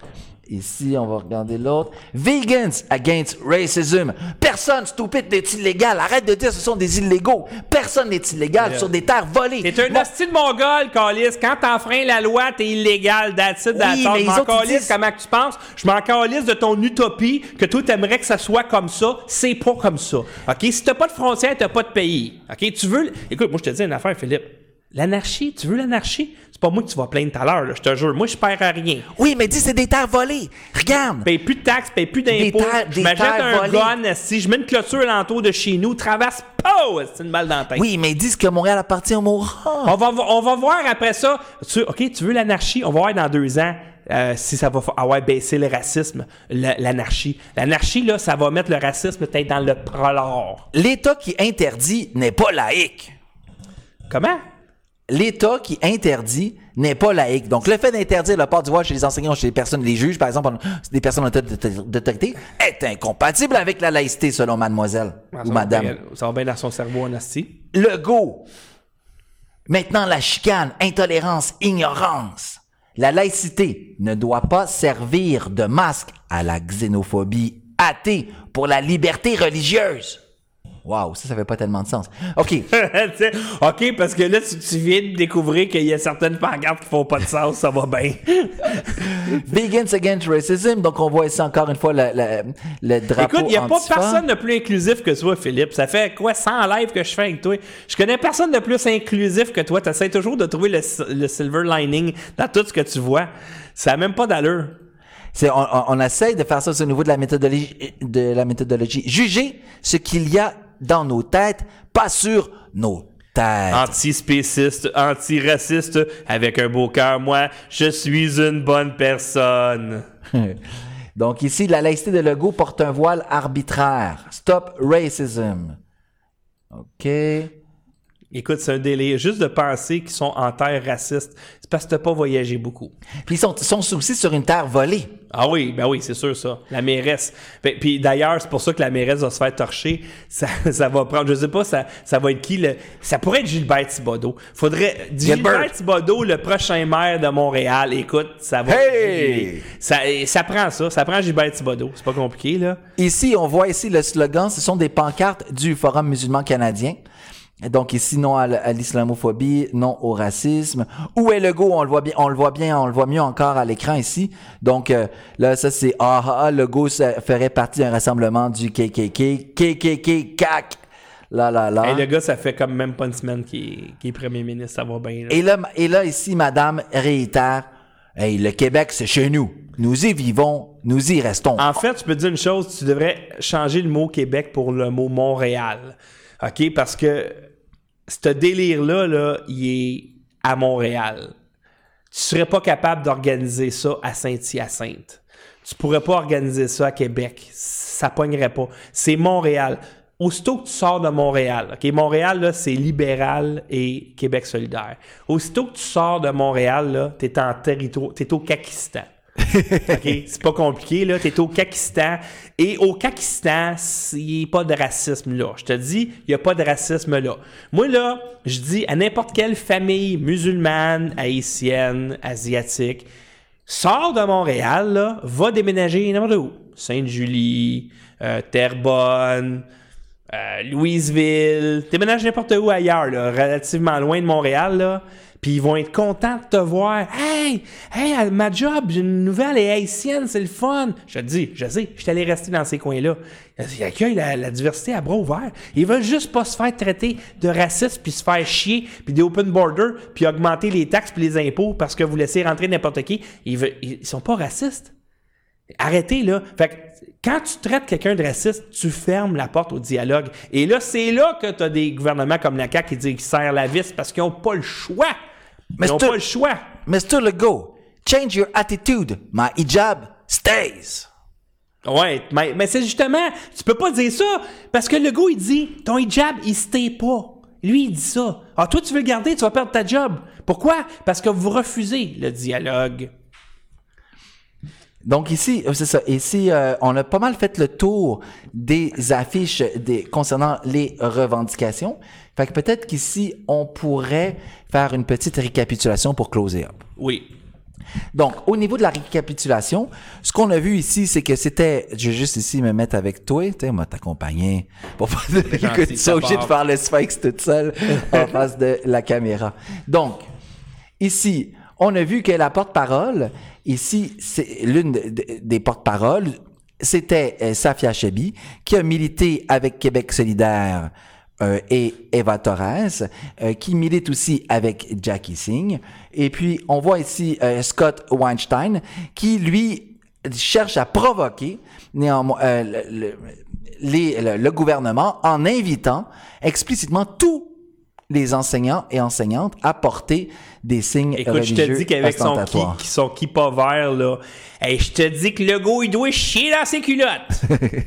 Ici, on va regarder l'autre. Vegans against racism. Personne, stupide, n'est illégal. Arrête de dire que ce sont des illégaux. Personne n'est illégal Yeah. sur des terres volées. T'es un Moi- hostie de mongol, Calis. Quand t'enfreins la loi, t'es illégal. That's it, that's Oui, all. mais Je les m'en autres, ils calisse disent- comment que tu penses. Je m'en calisse de ton utopie que toi, t'aimerais que ça soit comme ça. C'est pas comme ça. OK? Si t'as pas de frontières, t'as pas de pays. OK? Tu veux... Écoute, moi, je te dis une affaire, Philippe. L'anarchie, tu veux l'anarchie? C'est pas moi que tu vas plaindre tout à l'heure, là, je te jure. Moi, je perds à rien. Oui, mais dis, c'est des terres volées. Regarde. Paye plus de taxes, paye plus Des d'impôts. terres- Je des m'achète terres un volées. gun, si je mets une clôture alentour de chez nous, traverse, pow! C'est une balle dans la tête. Oui, mais ils disent que Montréal appartient au Mohawk. On va, vo- on va voir après ça. Tu, OK, tu veux l'anarchie? On va voir dans deux ans euh, si ça va fa- ah ouais, baisser le racisme, la- l'anarchie. L'anarchie, là, ça va mettre le racisme peut-être dans le prolore. L'État qui interdit n'est pas laïque. Comment? L'État qui interdit n'est pas laïque. Donc, le fait d'interdire le port du voile chez les enseignants, chez les personnes, les juges, par exemple, c'est des personnes d'autorité, est incompatible avec la laïcité, selon mademoiselle Ça ou va madame. bien- Ça va bien dans son cerveau, en asti. Legault. Maintenant, la chicane, intolérance, ignorance. La laïcité ne doit pas servir de masque à la xénophobie athée pour la liberté religieuse. Wow, ça, ça fait pas tellement de sens. OK. Tu sais, OK, parce que là, tu, tu viens de découvrir qu'il y a certaines pancartes qui font pas de sens, ça va bien. Vegans Against Racism. Donc, on voit ici encore une fois le, le, le drapeau Écoute, il n'y a pas antifa. personne de plus inclusif que toi, Philippe. Ça fait quoi, cent lives que je fais avec toi? Je connais personne de plus inclusif que toi. Tu essaies toujours de trouver le, le silver lining dans tout ce que tu vois. Ça n'a même pas d'allure. C'est, on, on, on essaye de faire ça au niveau de la méthodologie, de la méthodologie. Juger ce qu'il y a dans nos têtes, pas sur nos têtes. Antispéciste, antiraciste, avec un beau cœur, moi, je suis une bonne personne. Donc ici, la laïcité de Legault porte un voile arbitraire. Stop racism. OK. Écoute, c'est un délire. Juste de penser qu'ils sont en terre raciste, c'est parce que t'as pas voyagé beaucoup. Puis ils sont, ils sont aussi sur une terre volée. Ah oui, ben oui, c'est sûr ça. La mairesse. Puis, puis d'ailleurs, c'est pour ça que la mairesse va se faire torcher. Ça, ça va prendre, je sais pas, ça, ça va être qui le. Ça pourrait être Gilbert Thibodeau. Faudrait. Gilbert. Gilbert Thibodeau, le prochain maire de Montréal. Écoute, ça va. Hey! Ça, ça prend ça. Ça prend Gilbert Thibodeau. C'est pas compliqué, là. Ici, on voit ici le slogan, ce sont des pancartes du Forum musulman canadien. Donc ici, non à, à l'islamophobie, non au racisme. Où est Legault? On le voit bien, on le voit bien, on le voit mieux encore à l'écran ici. Donc euh, là, ça c'est ah ah, Legault ça ferait partie d'un rassemblement du K K K, K K K, C A C. Là là là. Hey, le gars, ça fait comme même pas une semaine qu'il est, qu'il est premier ministre, ça va bien. Là. Et là, et là ici, Madame réitère, hey, le Québec c'est chez nous. Nous y vivons, nous y restons. En fait, je peux te dire une chose, tu devrais changer le mot Québec pour le mot Montréal. OK? Parce que ce délire-là, là, il est à Montréal. Tu serais pas capable d'organiser ça à Saint-Hyacinthe. Tu pourrais pas organiser ça à Québec. Ça pognerait pas. C'est Montréal. Aussitôt que tu sors de Montréal, OK? Montréal, là, c'est libéral et Québec solidaire. Aussitôt que tu sors de Montréal, là, t'es en territoire, t'es au Kakistan. OK? C'est pas compliqué, là. T'es au Kakistan. Et au Kakistan, il n'y a pas de racisme là. Je te dis, il n'y a pas de racisme là. Moi, là, je dis à n'importe quelle famille musulmane, haïtienne, asiatique, sors de Montréal, là, va déménager n'importe où. Sainte-Julie, euh, Terrebonne, euh, Louisville. Déménage n'importe où ailleurs, là, relativement loin de Montréal, là. Puis ils vont être contents de te voir. Hey, hey, ma job, j'ai une nouvelle, elle est haïtienne, c'est le fun. Je te dis, je sais, je suis allé rester dans ces coins-là. Ils accueillent la, la diversité à bras ouverts. Ils veulent juste pas se faire traiter de racistes, puis se faire chier, puis des open borders, puis augmenter les taxes puis les impôts parce que vous laissez rentrer n'importe qui. Ils, veulent, ils sont pas racistes. Arrêtez, là. Fait que quand tu traites quelqu'un de raciste, tu fermes la porte au dialogue. Et là, c'est là que tu as des gouvernements comme la C A Q qui disent qu'ils serrent la vis parce qu'ils n'ont pas le choix. Ils n'ont pas le choix. mister Legault, change your attitude. My hijab stays. Ouais, mais, mais c'est justement, tu peux pas dire ça parce que Legault, il dit, ton hijab, il stay pas. Lui, il dit ça. Ah, toi, tu veux le garder, tu vas perdre ta job. Pourquoi? Parce que vous refusez le dialogue. Donc ici, c'est ça. Ici, euh, on a pas mal fait le tour des affiches des, concernant les revendications. Fait que peut-être qu'ici, on pourrait faire une petite récapitulation pour closer up. Oui. Donc, au niveau de la récapitulation, ce qu'on a vu ici, c'est que c'était... Je vais juste ici me mettre avec toi, tu sais, moi t'accompagner pour pas que tu sois obligé de faire le sphinx toute seule en face de la caméra. Donc, ici, on a vu que la porte-parole, ici, c'est l'une des porte-paroles, c'était euh, Safia Chebbi, qui a milité avec Québec solidaire euh, et Eva Torres, euh, qui milite aussi avec Jackie Singh. Et puis, on voit ici euh, Scott Weinstein, qui, lui, cherche à provoquer néanmoins, euh, le, le, les, le, le gouvernement en invitant explicitement tous les enseignants et enseignantes à porter des signes Écoute, religieux je te dis qu'avec son qui, ostentatoires. qui son kippa vert, là, hey, je te dis que Legault, il doit chier dans ses culottes.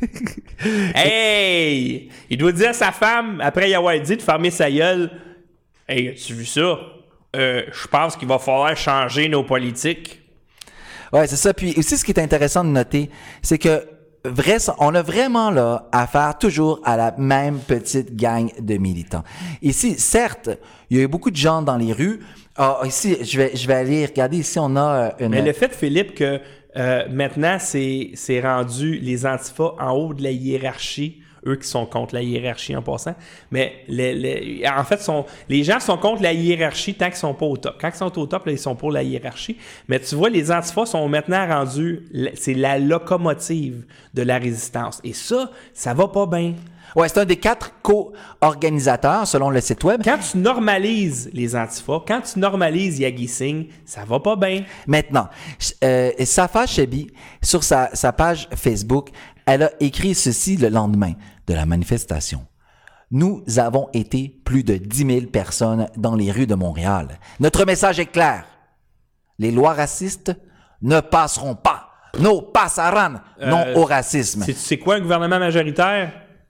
Hey! Il doit dire à sa femme, après y avoir dit de fermer sa gueule, hey, as-tu vu ça? Euh, je pense qu'il va falloir changer nos politiques. Ouais, c'est ça. Puis aussi, ce qui est intéressant de noter, c'est que vrai, on a vraiment là affaire toujours à la même petite gang de militants. Ici, certes, il y a eu beaucoup de gens dans les rues. Ah, ici, je vais, je vais aller regarder. Ici, on a une... Mais le fait, Philippe, que euh, maintenant, c'est, c'est rendu les antifas en haut de la hiérarchie. Eux qui sont contre la hiérarchie en passant. Mais les, les, en fait, sont, les gens sont contre la hiérarchie tant qu'ils sont pas au top. Quand ils sont au top, là, ils sont pour la hiérarchie. Mais tu vois, les antifas sont maintenant rendus... C'est la locomotive de la résistance. Et ça, ça va pas bien. Ouais, c'est un des quatre co-organisateurs, selon le site web. Quand tu normalises les antifas, quand tu normalises Jaggi Singh, ça va pas bien. Maintenant, euh, Safia Chebbi, sur sa, sa page Facebook, elle a écrit ceci le lendemain de la manifestation. Nous avons été plus de dix mille personnes dans les rues de Montréal. Notre message est clair. Les lois racistes ne passeront pas. No pasarán. Non Euh, au racisme. C'est, c'est quoi un gouvernement majoritaire?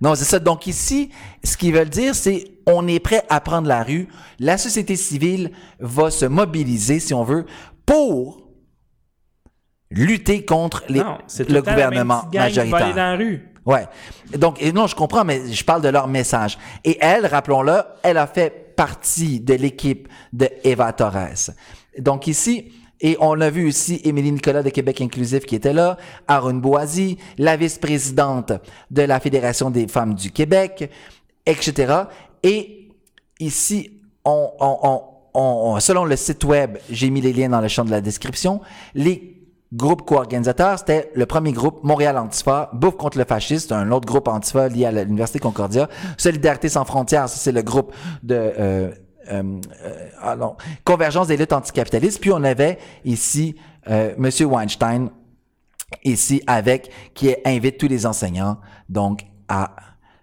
Non, c'est ça. Donc ici, ce qu'ils veulent dire, c'est on est prêt à prendre la rue. La société civile va se mobiliser, si on veut, pour lutter contre les, non, c'est le tout gouvernement la même petite gang qui va majoritaire. aller dans la rue. Ouais. Donc, et non, je comprends, mais je parle de leur message. Et elle, rappelons-le, elle a fait partie de l'équipe de Eva Torres. Donc ici, et on a vu aussi Émilie Nicolas de Québec Inclusif qui était là, Arun Boisy, la vice-présidente de la Fédération des femmes du Québec, et cetera. Et ici, on, on, on, on, selon le site web, j'ai mis les liens dans le champ de la description, les groupe co-organisateurs, c'était le premier groupe Montréal Antifa, Bouffe contre le fascisme, un autre groupe Antifa lié à l'Université Concordia, Solidarité sans frontières, ça c'est le groupe de euh, euh, euh, alors, Convergence des luttes anticapitalistes. Puis on avait ici euh, Monsieur Weinstein, ici avec, qui invite tous les enseignants donc à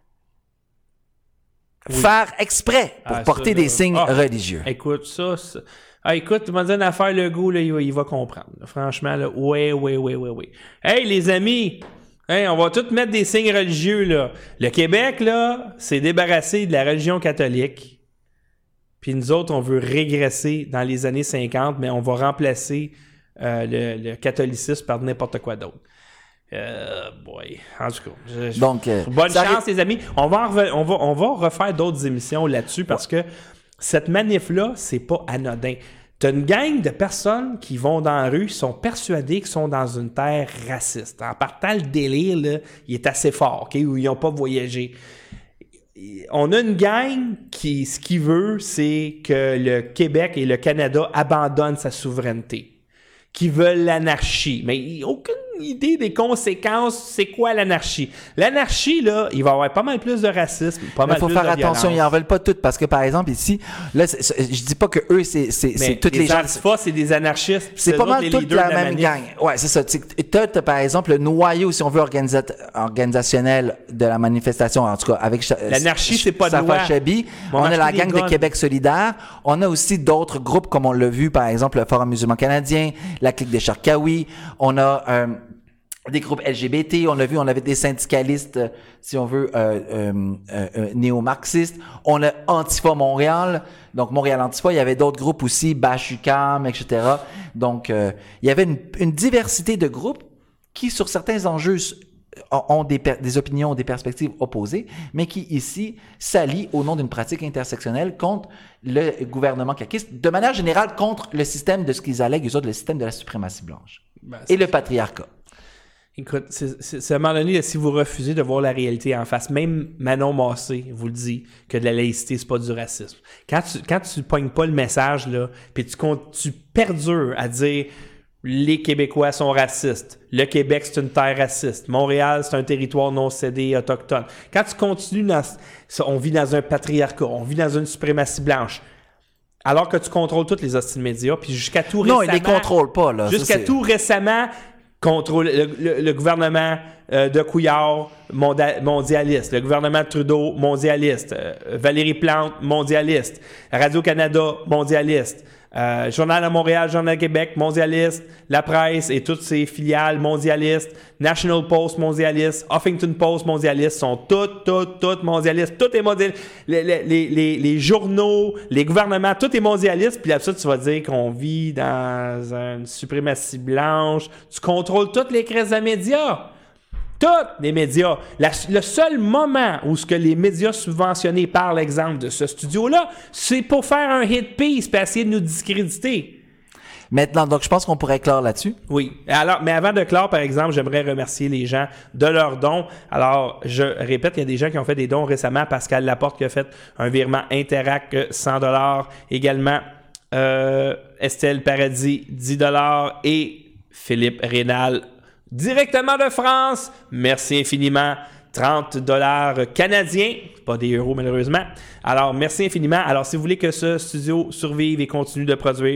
oui. faire exprès pour ah, porter ça, des signes ah, religieux. Écoute, ça... ça... Ah, écoute, tu m'as dit une affaire, le goût, là, il, va, il va comprendre. Là. Franchement, là, ouais, ouais, ouais, ouais, ouais. Hey, les amis, hey, on va tous mettre des signes religieux, là. Le Québec, là, s'est débarrassé de la religion catholique. Puis nous autres, on veut régresser dans les années cinquante, mais on va remplacer euh, le, le catholicisme par n'importe quoi d'autre. Euh, boy. En tout cas, je, Donc, euh, bonne chance, les amis. On va, en, on va, on va refaire d'autres émissions là-dessus parce que cette manif-là, c'est pas anodin. T'as une gang de personnes qui vont dans la rue, qui sont persuadées qu'ils sont dans une terre raciste. En partant, le délire, là, il est assez fort, okay, où ils n'ont pas voyagé. On a une gang qui, ce qu'il veut, c'est que le Québec et le Canada abandonnent sa souveraineté, qui veulent l'anarchie. Mais il n'y a aucune idée des conséquences. C'est quoi l'anarchie? L'anarchie, là, il va y avoir pas mal plus de racisme, pas mal plus de violence. Il faut faire attention, ils n'en veulent pas toutes. Parce que, par exemple, ici, là, c'est, c'est, je dis pas que eux, c'est, c'est, c'est toutes les, les gens... Antifa, c'est des anarchistes. C'est pas mal toute la même gang. Ouais, c'est ça. Tu as, par exemple, le noyau, si on veut, organisa- organisationnel de la manifestation, en tout cas, avec... L'anarchie, c'est pas de loi. Chabi. On a la gang de Québec solidaire. On a aussi d'autres groupes, comme on l'a vu, par exemple, le Forum musulman canadien, la Clique des Charkaouis. On a... Euh, des groupes L G B T, on l'a vu, on avait des syndicalistes, euh, si on veut, euh, euh, euh, néo-marxistes. On a Antifa Montréal, donc Montréal Antifa. Il y avait d'autres groupes aussi, Bash U Q A M, et cetera. Donc, euh, il y avait une, une diversité de groupes qui, sur certains enjeux, ont des, per- des opinions, des perspectives opposées, mais qui, ici, s'allient au nom d'une pratique intersectionnelle contre le gouvernement caquiste, de manière générale contre le système de ce qu'ils allèguent, eux autres, le système de la suprématie blanche ben, et le patriarcat. Écoute, c'est, c'est, c'est à un moment donné, si vous refusez de voir la réalité en face, même Manon Massé vous le dit, que de la laïcité, c'est pas du racisme. Quand tu quand tu pognes pas le message, là, puis tu, tu perdures à dire les Québécois sont racistes, le Québec, c'est une terre raciste, Montréal, c'est un territoire non cédé autochtone. Quand tu continues dans... On vit dans un patriarcat, on vit dans une suprématie blanche. Alors que tu contrôles tous les hostiles médias, puis jusqu'à tout non, récemment... Non, ils les contrôlent pas, là. Jusqu'à ça, tout récemment... Contrôle le, le, le gouvernement euh, de Couillard, monda- mondialiste. Le gouvernement de Trudeau, mondialiste. Euh, Valérie Plante, mondialiste. Radio-Canada, mondialiste. Euh, Journal de Montréal, Journal de Québec, mondialiste. La Presse et toutes ses filiales, mondialistes. National Post, mondialiste. Huffington Post, mondialiste. Sont toutes, toutes, toutes mondialistes. Tout est mondialiste. Les, les, les, les journaux, les gouvernements, tout est mondialiste. Puis là-dessus, tu vas dire qu'on vit dans une suprématie blanche. Tu contrôles toutes les crises de médias. Tous les médias. La, le seul moment où ce que les médias subventionnés par l'exemple de ce studio-là, c'est pour faire un hit piece et essayer de nous discréditer. Maintenant, donc je pense qu'on pourrait clore là-dessus. Oui. Alors, mais avant de clore, par exemple, j'aimerais remercier les gens de leurs dons. Alors, je répète, il y a des gens qui ont fait des dons récemment. Pascal Laporte qui a fait un virement Interac cent dollars. Également, euh, Estelle Paradis, dix dollars. Et Philippe Rénal, directement de France, merci infiniment, trente dollars canadiens, pas des euros malheureusement. Alors, merci infiniment. Alors, si vous voulez que ce studio survive et continue de produire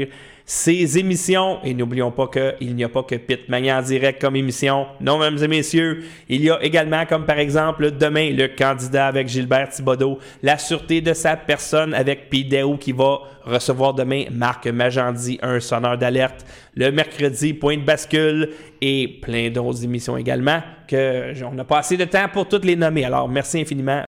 ses émissions. Et n'oublions pas qu'il n'y a pas que Pit Magnan en direct comme émission. Non, mesdames et messieurs, il y a également, comme par exemple, demain, le candidat avec Gilbert Thibodeau, la sûreté de sa personne avec Pete Daou qui va recevoir demain Marc Magendie, un sonneur d'alerte. Le mercredi, Point de bascule et plein d'autres émissions également que on n'a pas assez de temps pour toutes les nommer. Alors, merci infiniment